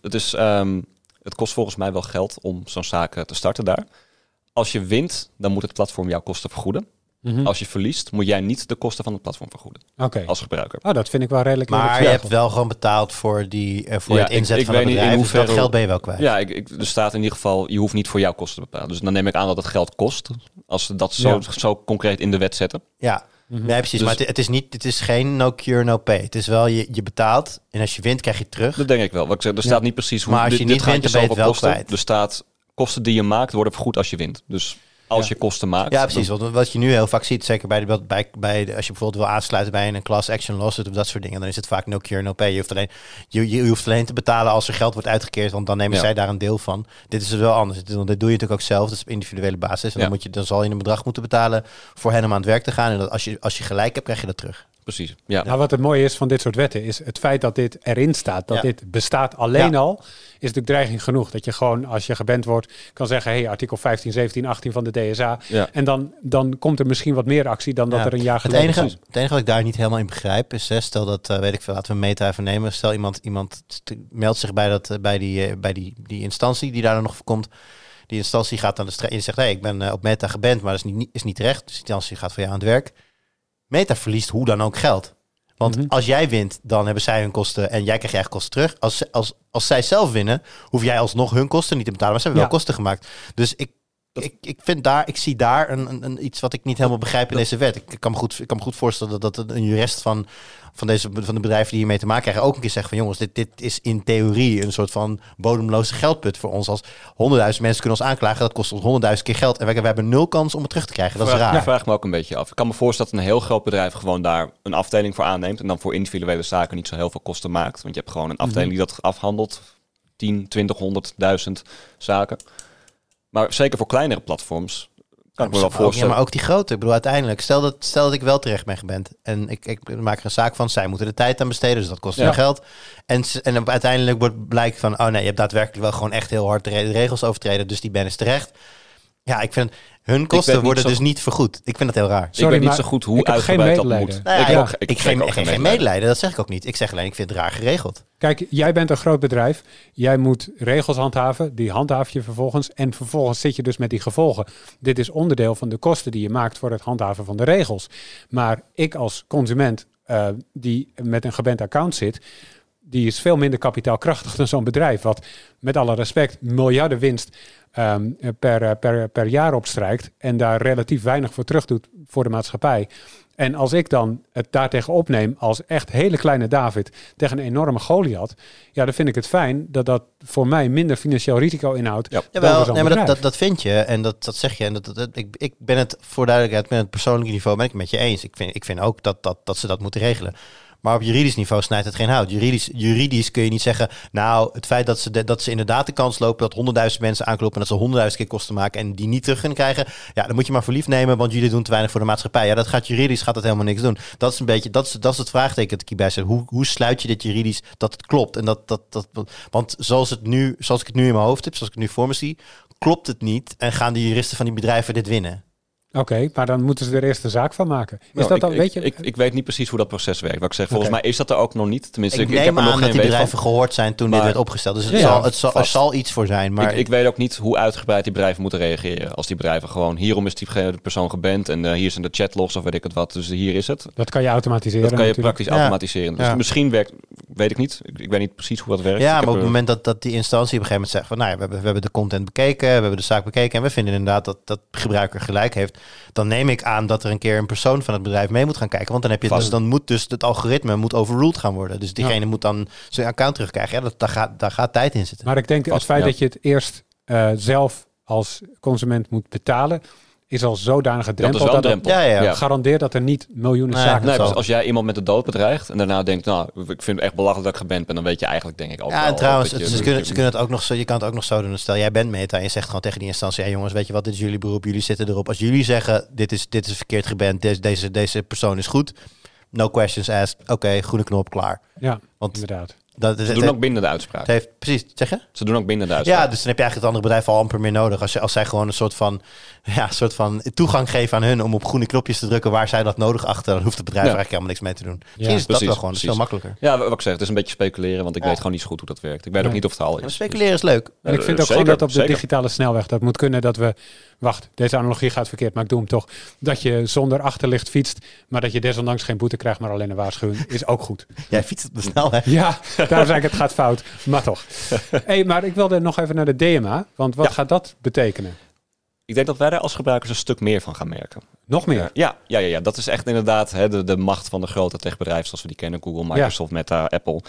Het kost volgens mij wel geld om zo'n zaak te starten daar. Als je wint, dan moet het platform jouw kosten vergoeden. Mm-hmm. Als je verliest, moet jij niet de kosten van het platform vergoeden. Als gebruiker. Oh, dat vind ik wel redelijk. Maar je hebt wel gewoon betaald voor het inzetten van het bedrijf. Dat geld ben je wel kwijt. Ja, er staat in ieder geval, je hoeft niet voor jouw kosten te bepalen. Dus dan neem ik aan dat het geld kost. Als ze dat zo concreet in de wet zetten. Ja. Mm-hmm. Nee, precies. Dus, maar het is geen no cure, no pay. Het is wel, je betaalt en als je wint, krijg je het terug. Dat denk ik wel. Wat ik zeg, er staat niet precies hoe. Maar als je niet wint, dan ben je het wel kwijt. Er staat, kosten die je maakt worden vergoed als je wint. Dus als je kosten maakt. Ja, precies. Want wat je nu heel vaak ziet, zeker bij als je bijvoorbeeld wil aansluiten bij een class action lawsuit of dat soort dingen, dan is het vaak no cure, no pay. Je hoeft alleen te betalen als er geld wordt uitgekeerd, want dan nemen zij daar een deel van. Dit is wel anders. Dit doe je natuurlijk ook zelf. Dat is op individuele basis. En dan zal je een bedrag moeten betalen voor hen om aan het werk te gaan. En dat als je gelijk hebt, krijg je dat terug. Precies, ja. Nou, wat het mooie is van dit soort wetten is het feit dat dit erin staat, dat dit bestaat alleen al, is natuurlijk dreiging genoeg. Dat je gewoon, als je geband wordt, kan zeggen, hey, artikel 15, 17, 18 van de DSA. Ja. En dan komt er misschien wat meer actie dan dat er een jaar geleden was. Het enige wat ik daar niet helemaal in begrijp is, stel dat, weet ik veel, laten we Meta even nemen. Stel iemand meldt zich bij die instantie die daar dan nog voor komt. Die instantie gaat aan de strijd. Je zegt, hey, ik ben op Meta geband, maar dat is niet terecht. Dus die instantie gaat voor jou aan het werk. Meta verliest hoe dan ook geld. Want als jij wint, dan hebben zij hun kosten en jij krijgt je eigen kosten terug. Als zij zelf winnen, hoef jij alsnog hun kosten niet te betalen. Maar ze hebben wel kosten gemaakt. Dus ik zie daar iets wat ik niet helemaal begrijp in deze wet. Ik kan me goed voorstellen dat een jurist van de bedrijven die hiermee te maken krijgen ook een keer zegt van jongens, dit is in theorie een soort van bodemloze geldput voor ons. Als 100.000 mensen kunnen ons aanklagen, dat kost ons 100.000 keer geld. En we hebben 0 kans om het terug te krijgen. Dat is raar. Ik vraag me ook een beetje af. Ik kan me voorstellen dat een heel groot bedrijf gewoon daar een afdeling voor aanneemt en dan voor individuele zaken niet zo heel veel kosten maakt. Want je hebt gewoon een afdeling die dat afhandelt. 10, 20, 100.000 zaken. Maar zeker voor kleinere platforms kan ik me wel voorstellen. Ja, maar ook die grote. Ik bedoel, uiteindelijk, stel dat ik wel terecht ben geband. En ik maak er een zaak van. Zij moeten de tijd aan besteden, dus dat kost veel geld. En uiteindelijk blijkt van, oh nee, je hebt daadwerkelijk wel gewoon echt heel hard de regels overtreden. Dus die ban is terecht. Ja, ik vind hun kosten worden dus niet vergoed. Ik vind dat heel raar. Sorry, ik weet niet zo goed hoe uitgebreid dat moet. Ik geen medelijden, dat zeg ik ook niet. Ik zeg alleen, ik vind het raar geregeld. Kijk, jij bent een groot bedrijf. Jij moet regels handhaven. Die handhaaf je vervolgens. En vervolgens zit je dus met die gevolgen. Dit is onderdeel van de kosten die je maakt voor het handhaven van de regels. Maar ik als consument die met een geband account zit, die is veel minder kapitaalkrachtig dan zo'n bedrijf. Wat met alle respect miljarden winst per jaar opstrijkt en daar relatief weinig voor terug doet voor de maatschappij. En als ik dan het daartegen opneem als echt hele kleine David tegen een enorme Goliath, ja, dan vind ik het fijn dat dat voor mij minder financieel risico inhoudt. Ja. Maar dat vind je en dat zeg je. En ik ben het voor duidelijkheid met het persoonlijke niveau ben ik met je eens. Ik vind ook dat ze dat moeten regelen. Maar op juridisch niveau snijdt het geen hout. Juridisch kun je niet zeggen, nou, het feit dat ze inderdaad de kans lopen dat 100.000 mensen aankloppen en dat ze 100.000 keer kosten maken en die niet terug kunnen krijgen, ja, dan moet je maar voor lief nemen, want jullie doen te weinig voor de maatschappij. Ja, dat gaat juridisch helemaal niks doen. Dat is een beetje, dat is het vraagteken dat ik hierbij zet. Hoe sluit je dit juridisch dat het klopt? En want zoals ik het nu in mijn hoofd heb, zoals ik het nu voor me zie, klopt het niet en gaan de juristen van die bedrijven dit winnen. Oké, maar dan moeten ze er eerst een zaak van maken. Ik weet niet precies hoe dat proces werkt. Wat ik zeg, volgens mij is dat er ook nog niet. Tenminste, ik heb er nog dat die bedrijven gehoord zijn toen dit werd opgesteld. Dus er zal iets voor zijn. Maar ik weet ook niet hoe uitgebreid die bedrijven moeten reageren. Als die bedrijven gewoon, hierom is die persoon geband en hier zijn de chatlogs of weet ik het wat. Dus hier is het. Dat kan je automatiseren. Dat kan je praktisch automatiseren. Dus misschien werkt, weet ik niet. Ik weet niet precies hoe dat werkt. Ja, maar op het moment dat die instantie op een gegeven moment zegt van, nou ja, we hebben de content bekeken, we hebben de zaak bekeken en we vinden inderdaad dat de gebruiker gelijk heeft. Dan neem ik aan dat er een keer een persoon van het bedrijf mee moet gaan kijken. Want dan heb je dan moet het algoritme overruled gaan worden. Dus diegene moet dan zijn account terugkrijgen. Ja, daar gaat tijd in zitten. Maar ik denk het feit dat je het eerst zelf als consument moet betalen, is al zodanige drempel. Dat is wel een drempel. Garandeert dat er niet miljoenen zaken zijn. Dus als jij iemand met de dood bedreigt en daarna denkt, nou, ik vind het echt belachelijk dat ik geband ben, dan weet je eigenlijk, denk ik ook wel. En trouwens, ze kunnen het ook nog zo, je kan het ook nog zo doen. Stel, jij bent Meta en je zegt gewoon tegen die instantie, hey jongens, weet je wat, dit is jullie beroep, jullie zitten erop. Als jullie zeggen, dit is verkeerd geband, deze persoon is goed, no questions asked, oké, groene knop, klaar. Ja, want inderdaad. Ze doen ook binnen de uitspraak. Precies, zeg je? Ze doen ook binnen de uitspraak. Ja, dus dan heb je eigenlijk het andere bedrijf al amper meer nodig. Als zij gewoon een soort van toegang geven aan hun om op groene knopjes te drukken waar zij dat nodig achter, dan hoeft het bedrijf eigenlijk helemaal niks mee te doen. Misschien is dat wel gewoon veel makkelijker. Ja, wat ik zeg, het is een beetje speculeren, want ik weet gewoon niet zo goed hoe dat werkt. Ik weet ook niet of het al is. Maar speculeren is leuk. En ik vind ook gewoon dat op de digitale snelweg dat moet kunnen dat we, wacht, deze analogie gaat verkeerd, maar ik doe hem toch, dat je zonder achterlicht fietst, maar dat je desondanks geen boete krijgt, maar alleen een waarschuwing, is ook goed. Jij fietst op de snelweg. Ja, daarom zei ik het gaat fout, maar toch. Maar ik wilde nog even naar de DMA, want wat gaat dat betekenen? Ik denk dat wij daar als gebruikers een stuk meer van gaan merken. Nog meer? Ja. Dat is echt inderdaad de macht van de grote techbedrijven zoals we die kennen. Google, Microsoft, Meta, Apple.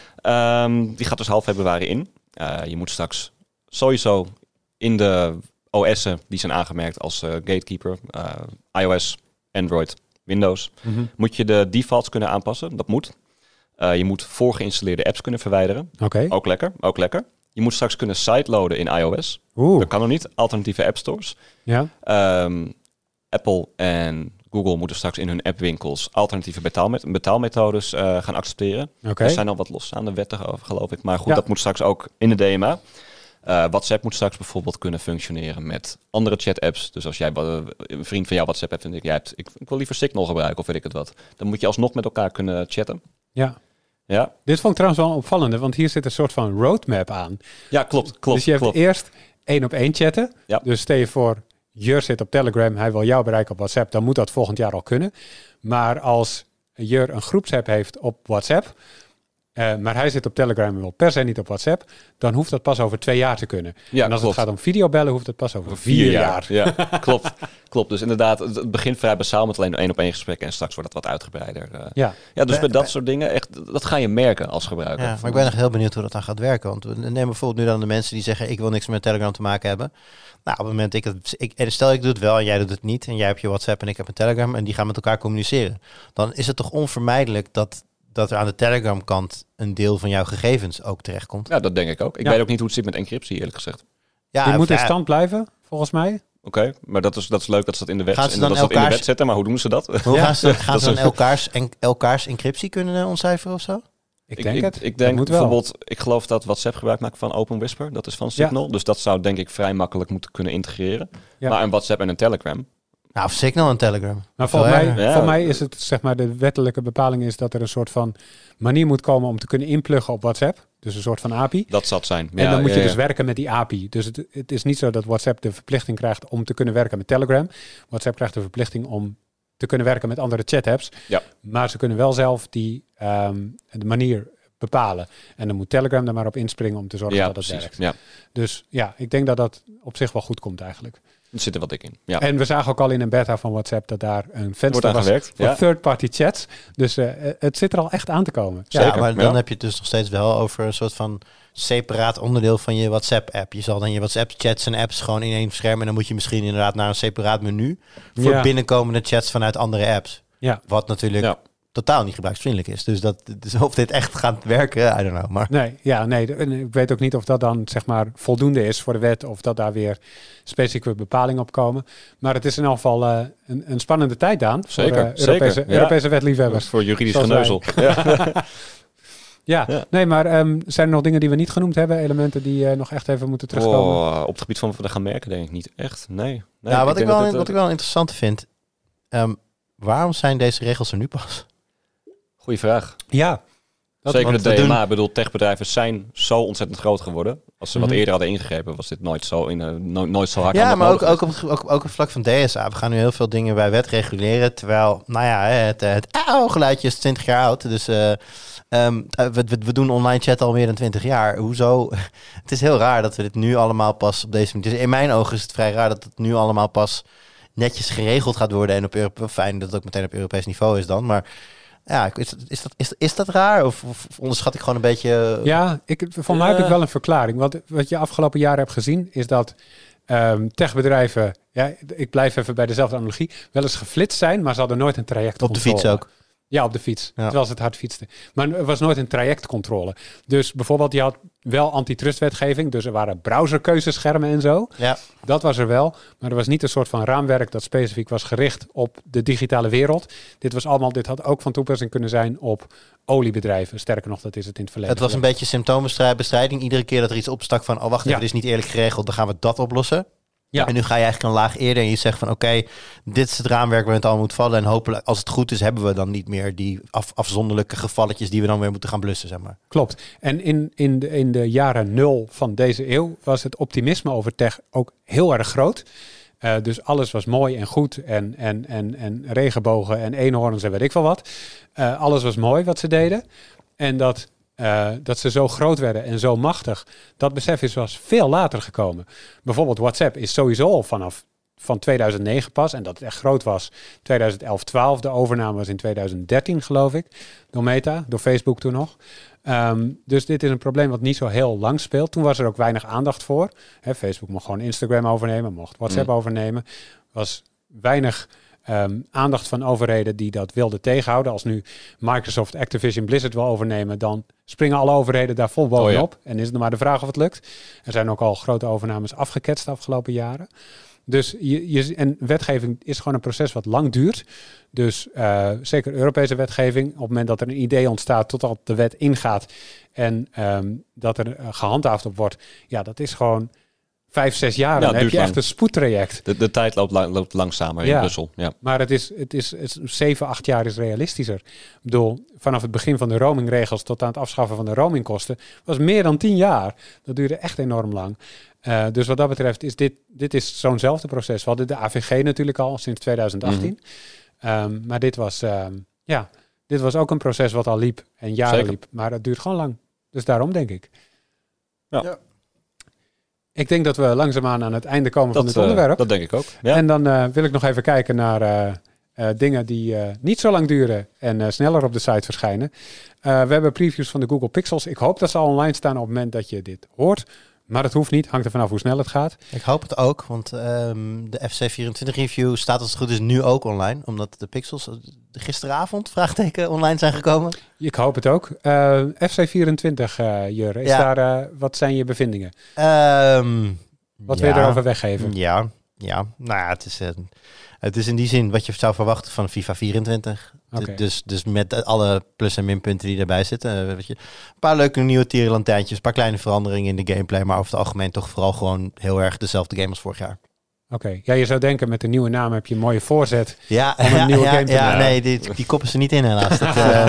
Die gaat dus half februari in. Je moet straks sowieso in de OS'en die zijn aangemerkt als gatekeeper. iOS, Android, Windows. Moet je de defaults kunnen aanpassen. Dat moet. Je moet voorgeïnstalleerde apps kunnen verwijderen. Okay. Ook lekker. Je moet straks kunnen sideloaden in iOS. Dat kan nog niet. Alternatieve app stores. Ja. Apple en Google moeten straks in hun appwinkels alternatieve betaalmethodes gaan accepteren. Er zijn al wat losstaande wetten over, geloof ik. Maar goed, dat moet straks ook in de DMA. WhatsApp moet straks bijvoorbeeld kunnen functioneren met andere chat-apps. Dus als jij een vriend van jou WhatsApp hebt en ik wil liever Signal gebruiken of weet ik het wat. Dan moet je alsnog met elkaar kunnen chatten. Ja. Dit vond ik trouwens wel opvallend, want hier zit een soort van roadmap aan. Ja, klopt. Dus je hebt eerst 1-op-1 chatten. Ja. Dus stel je voor, Jur zit op Telegram, hij wil jou bereiken op WhatsApp, dan moet dat volgend jaar al kunnen. Maar als Jur een groepsapp heeft op WhatsApp, maar hij zit op Telegram en wil per se niet op WhatsApp, dan hoeft dat pas over 2 jaar te kunnen. Ja, en als het gaat om videobellen, hoeft het pas over 4 jaar. Ja, klopt. Dus inderdaad, het begint vrij basaal met alleen 1-op-1 gesprekken en straks wordt dat wat uitgebreider. Dus bij dat soort dingen, echt, dat ga je merken als gebruiker. Ja, maar ik ben echt heel benieuwd hoe dat dan gaat werken. Want we nemen bijvoorbeeld nu dan de mensen die zeggen, ik wil niks met Telegram te maken hebben. Nou, op het moment stel ik doe het wel en jij doet het niet. En jij hebt je WhatsApp en ik heb een Telegram en die gaan met elkaar communiceren. Dan is het toch onvermijdelijk dat er aan de Telegram-kant een deel van jouw gegevens ook terechtkomt. Ja, dat denk ik ook. Ik weet ook niet hoe het zit met encryptie, eerlijk gezegd. Ja, die moet in stand blijven, volgens mij. Oké, maar dat is leuk dat ze dat in de wet zetten. Maar hoe doen ze dat? Hoe gaan ze dan elkaars encryptie kunnen ontcijferen of zo? Ik denk het. Ik denk bijvoorbeeld, ik geloof dat WhatsApp gebruik maakt van Open Whisper. Dat is van Signal. Ja. Dus dat zou denk ik vrij makkelijk moeten kunnen integreren. Ja. Maar een WhatsApp en een Telegram. Nou, of Signal en Telegram. Maar voor mij is het, zeg maar, de wettelijke bepaling is dat er een soort van manier moet komen om te kunnen inpluggen op WhatsApp. Dus een soort van API. Dat zal het zijn. En dan moet je dus werken met die API. Dus het is niet zo dat WhatsApp de verplichting krijgt om te kunnen werken met Telegram. WhatsApp krijgt de verplichting om te kunnen werken met andere chat-apps. Ja. Maar ze kunnen wel zelf de manier bepalen. En dan moet Telegram er maar op inspringen om te zorgen dat het werkt. Ja. Dus ja, ik denk dat dat op zich wel goed komt eigenlijk. Er zit er wat dik in. Ja. En we zagen ook al in een beta van WhatsApp dat daar een venster was voor third-party chats. Dus het zit er al echt aan te komen. Zeker. Ja, maar dan heb je het dus nog steeds wel over een soort van separaat onderdeel van je WhatsApp-app. Je zal dan je WhatsApp-chats en apps gewoon in één scherm en dan moet je misschien inderdaad naar een separaat menu voor binnenkomende chats vanuit andere apps. Ja. Wat natuurlijk totaal niet gebruiksvriendelijk is. Dus of dit echt gaat werken, I don't know. Maar. Nee, ik weet ook niet of dat dan zeg maar voldoende is voor de wet of dat daar weer specifieke bepalingen op komen. Maar het is in elk geval een spannende tijd, Daan. Zeker, voor Europese wetliefhebbers. Voor juridisch geneuzel. Nee, maar zijn er nog dingen die we niet genoemd hebben? Elementen die nog echt even moeten terugkomen? Op het gebied van wat we gaan merken, denk ik niet echt. Nee. Wat ik wel interessant vind, waarom zijn deze regels er nu pas? Goeie vraag. Ja. Zeker de DMA. Ik bedoel, techbedrijven zijn zo ontzettend groot geworden. Als ze wat eerder hadden ingegrepen, was dit nooit zo hard. Ja, maar ook op het vlak van DSA. We gaan nu heel veel dingen bij wet reguleren. Terwijl, het geluidje is 20 jaar oud. Dus we doen online chat al meer dan 20 jaar. Hoezo? Het is heel raar dat we dit nu allemaal pas op deze manier... Dus in mijn ogen is het vrij raar dat het nu allemaal pas netjes geregeld gaat worden. En fijn dat het ook meteen op Europees niveau is dan. Maar... Ja, is dat raar? Of onderschat ik gewoon een beetje... Ja, voor mij heb ik wel een verklaring. Wat je afgelopen jaren hebt gezien, is dat techbedrijven... Ja, ik blijf even bij dezelfde analogie. Wel eens geflitst zijn, maar ze hadden nooit een traject. Op de fiets ook? Ja, op de fiets. Ja. Terwijl ze het hard fietsten. Maar er was nooit een trajectcontrole. Dus bijvoorbeeld, je had wel antitrustwetgeving. Dus er waren browserkeuzeschermen en zo. Ja. Dat was er wel. Maar er was niet een soort van raamwerk dat specifiek was gericht op de digitale wereld. Dit had ook van toepassing kunnen zijn op oliebedrijven. Sterker nog, dat is het in het verleden. Het was een beetje symptoombestrijding. Iedere keer dat er iets opstak van, wacht even, dit is niet eerlijk geregeld. Dan gaan we dat oplossen. Ja. En nu ga je eigenlijk een laag eerder en je zegt van oké, dit is het raamwerk waarin het allemaal moet vallen. En hopelijk, als het goed is, hebben we dan niet meer die afzonderlijke gevalletjes die we dan weer moeten gaan blussen, zeg maar. Klopt. En in de jaren 0 van deze eeuw was het optimisme over tech ook heel erg groot. Dus alles was mooi en goed en regenbogen en eenhoorns en weet ik veel wat. Alles was mooi wat ze deden. En dat ze zo groot werden en zo machtig. Dat besef is was veel later gekomen. Bijvoorbeeld WhatsApp is sowieso al van 2009 pas. En dat het echt groot was 2011, 12. De overname was in 2013 geloof ik. Door Meta, door Facebook toen nog. Dus dit is een probleem wat niet zo heel lang speelt. Toen was er ook weinig aandacht voor. Facebook mocht gewoon Instagram overnemen. Mocht WhatsApp overnemen. Was weinig... aandacht van overheden die dat wilden tegenhouden. Als nu Microsoft, Activision, Blizzard wil overnemen, dan springen alle overheden daar vol bovenop. En is het maar de vraag of het lukt. Er zijn ook al grote overnames afgeketst de afgelopen jaren. Dus en wetgeving is gewoon een proces wat lang duurt. Dus zeker Europese wetgeving, op het moment dat er een idee ontstaat totdat de wet ingaat en dat er gehandhaafd op wordt, ja, dat is gewoon 5-6 jaar. Dan heb je echt een spoedtraject. De tijd loopt langzamer in Brussel. Ja. Maar het is 7-8 jaar is realistischer. Ik bedoel, vanaf het begin van de roamingregels tot aan het afschaffen van de roamingkosten was meer dan 10 jaar. Dat duurde echt enorm lang. Dus wat dat betreft is dit is zo'nzelfde proces. We hadden de AVG natuurlijk al sinds 2018. Maar dit was ook een proces wat al liep en jaren liep. Maar het duurt gewoon lang. Dus daarom denk ik. Ja. Ik denk dat we langzaamaan aan het einde komen van dit onderwerp. Dat denk ik ook. Ja. En dan wil ik nog even kijken naar dingen die niet zo lang duren en sneller op de site verschijnen. We hebben previews van de Google Pixels. Ik hoop dat ze al online staan op het moment dat je dit hoort. Maar dat hoeft niet, hangt er vanaf hoe snel het gaat. Ik hoop het ook, want de FC24 review staat als het goed is nu ook online. Omdat de Pixels gisteravond, online zijn gekomen. Ik hoop het ook. FC24, Jur, wat zijn je bevindingen? Wat wil je erover weggeven? Nou ja, het is in die zin wat je zou verwachten van FIFA 24. Okay. Dus met alle plus- en minpunten die erbij zitten. Weet je, een paar leuke nieuwe tierenlantijntjes, een paar kleine veranderingen in de gameplay. Maar over het algemeen toch vooral gewoon heel erg dezelfde game als vorig jaar. Oké. Ja, je zou denken met de nieuwe naam heb je een mooie voorzet om een nieuwe game te maken. Ja, nee, die koppen ze niet in helaas.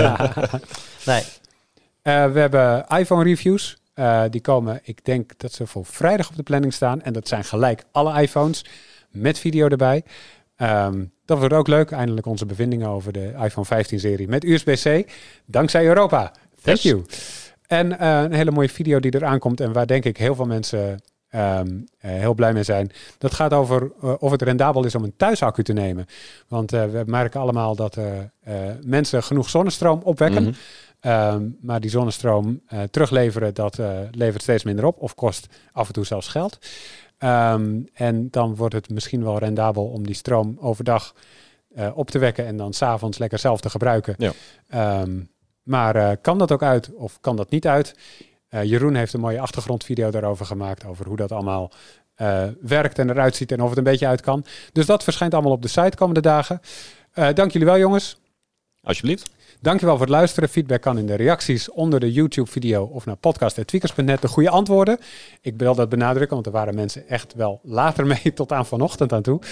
Nee. We hebben iPhone reviews. Die komen, ik denk dat ze voor vrijdag op de planning staan. En dat zijn gelijk alle iPhones met video erbij. Dat wordt ook leuk. Eindelijk onze bevindingen over de iPhone 15-serie met USB-C. Dankzij Europa. Thank you. En een hele mooie video die eraan komt en waar denk ik heel veel mensen heel blij mee zijn. Dat gaat over of het rendabel is om een thuisaccu te nemen. Want we merken allemaal dat mensen genoeg zonnestroom opwekken. Maar die zonnestroom terugleveren, dat levert steeds minder op of kost af en toe zelfs geld. En dan wordt het misschien wel rendabel om die stroom overdag op te wekken en dan 's avonds lekker zelf te gebruiken. Ja. Maar kan dat ook uit of kan dat niet uit? Jeroen heeft een mooie achtergrondvideo daarover gemaakt, over hoe dat allemaal werkt en eruit ziet en of het een beetje uit kan. Dus dat verschijnt allemaal op de site komende dagen. Dank jullie wel, jongens. Alsjeblieft. Dankjewel voor het luisteren. Feedback kan in de reacties onder de YouTube-video of naar podcast@tweakers.net. De goede antwoorden. Ik wil dat benadrukken, want er waren mensen echt wel later mee tot aan vanochtend aan toe.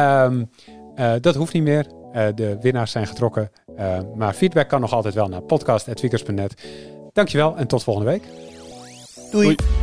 Dat hoeft niet meer. De winnaars zijn getrokken. Maar feedback kan nog altijd wel naar podcast@tweakers.net. Dankjewel en tot volgende week. Doei.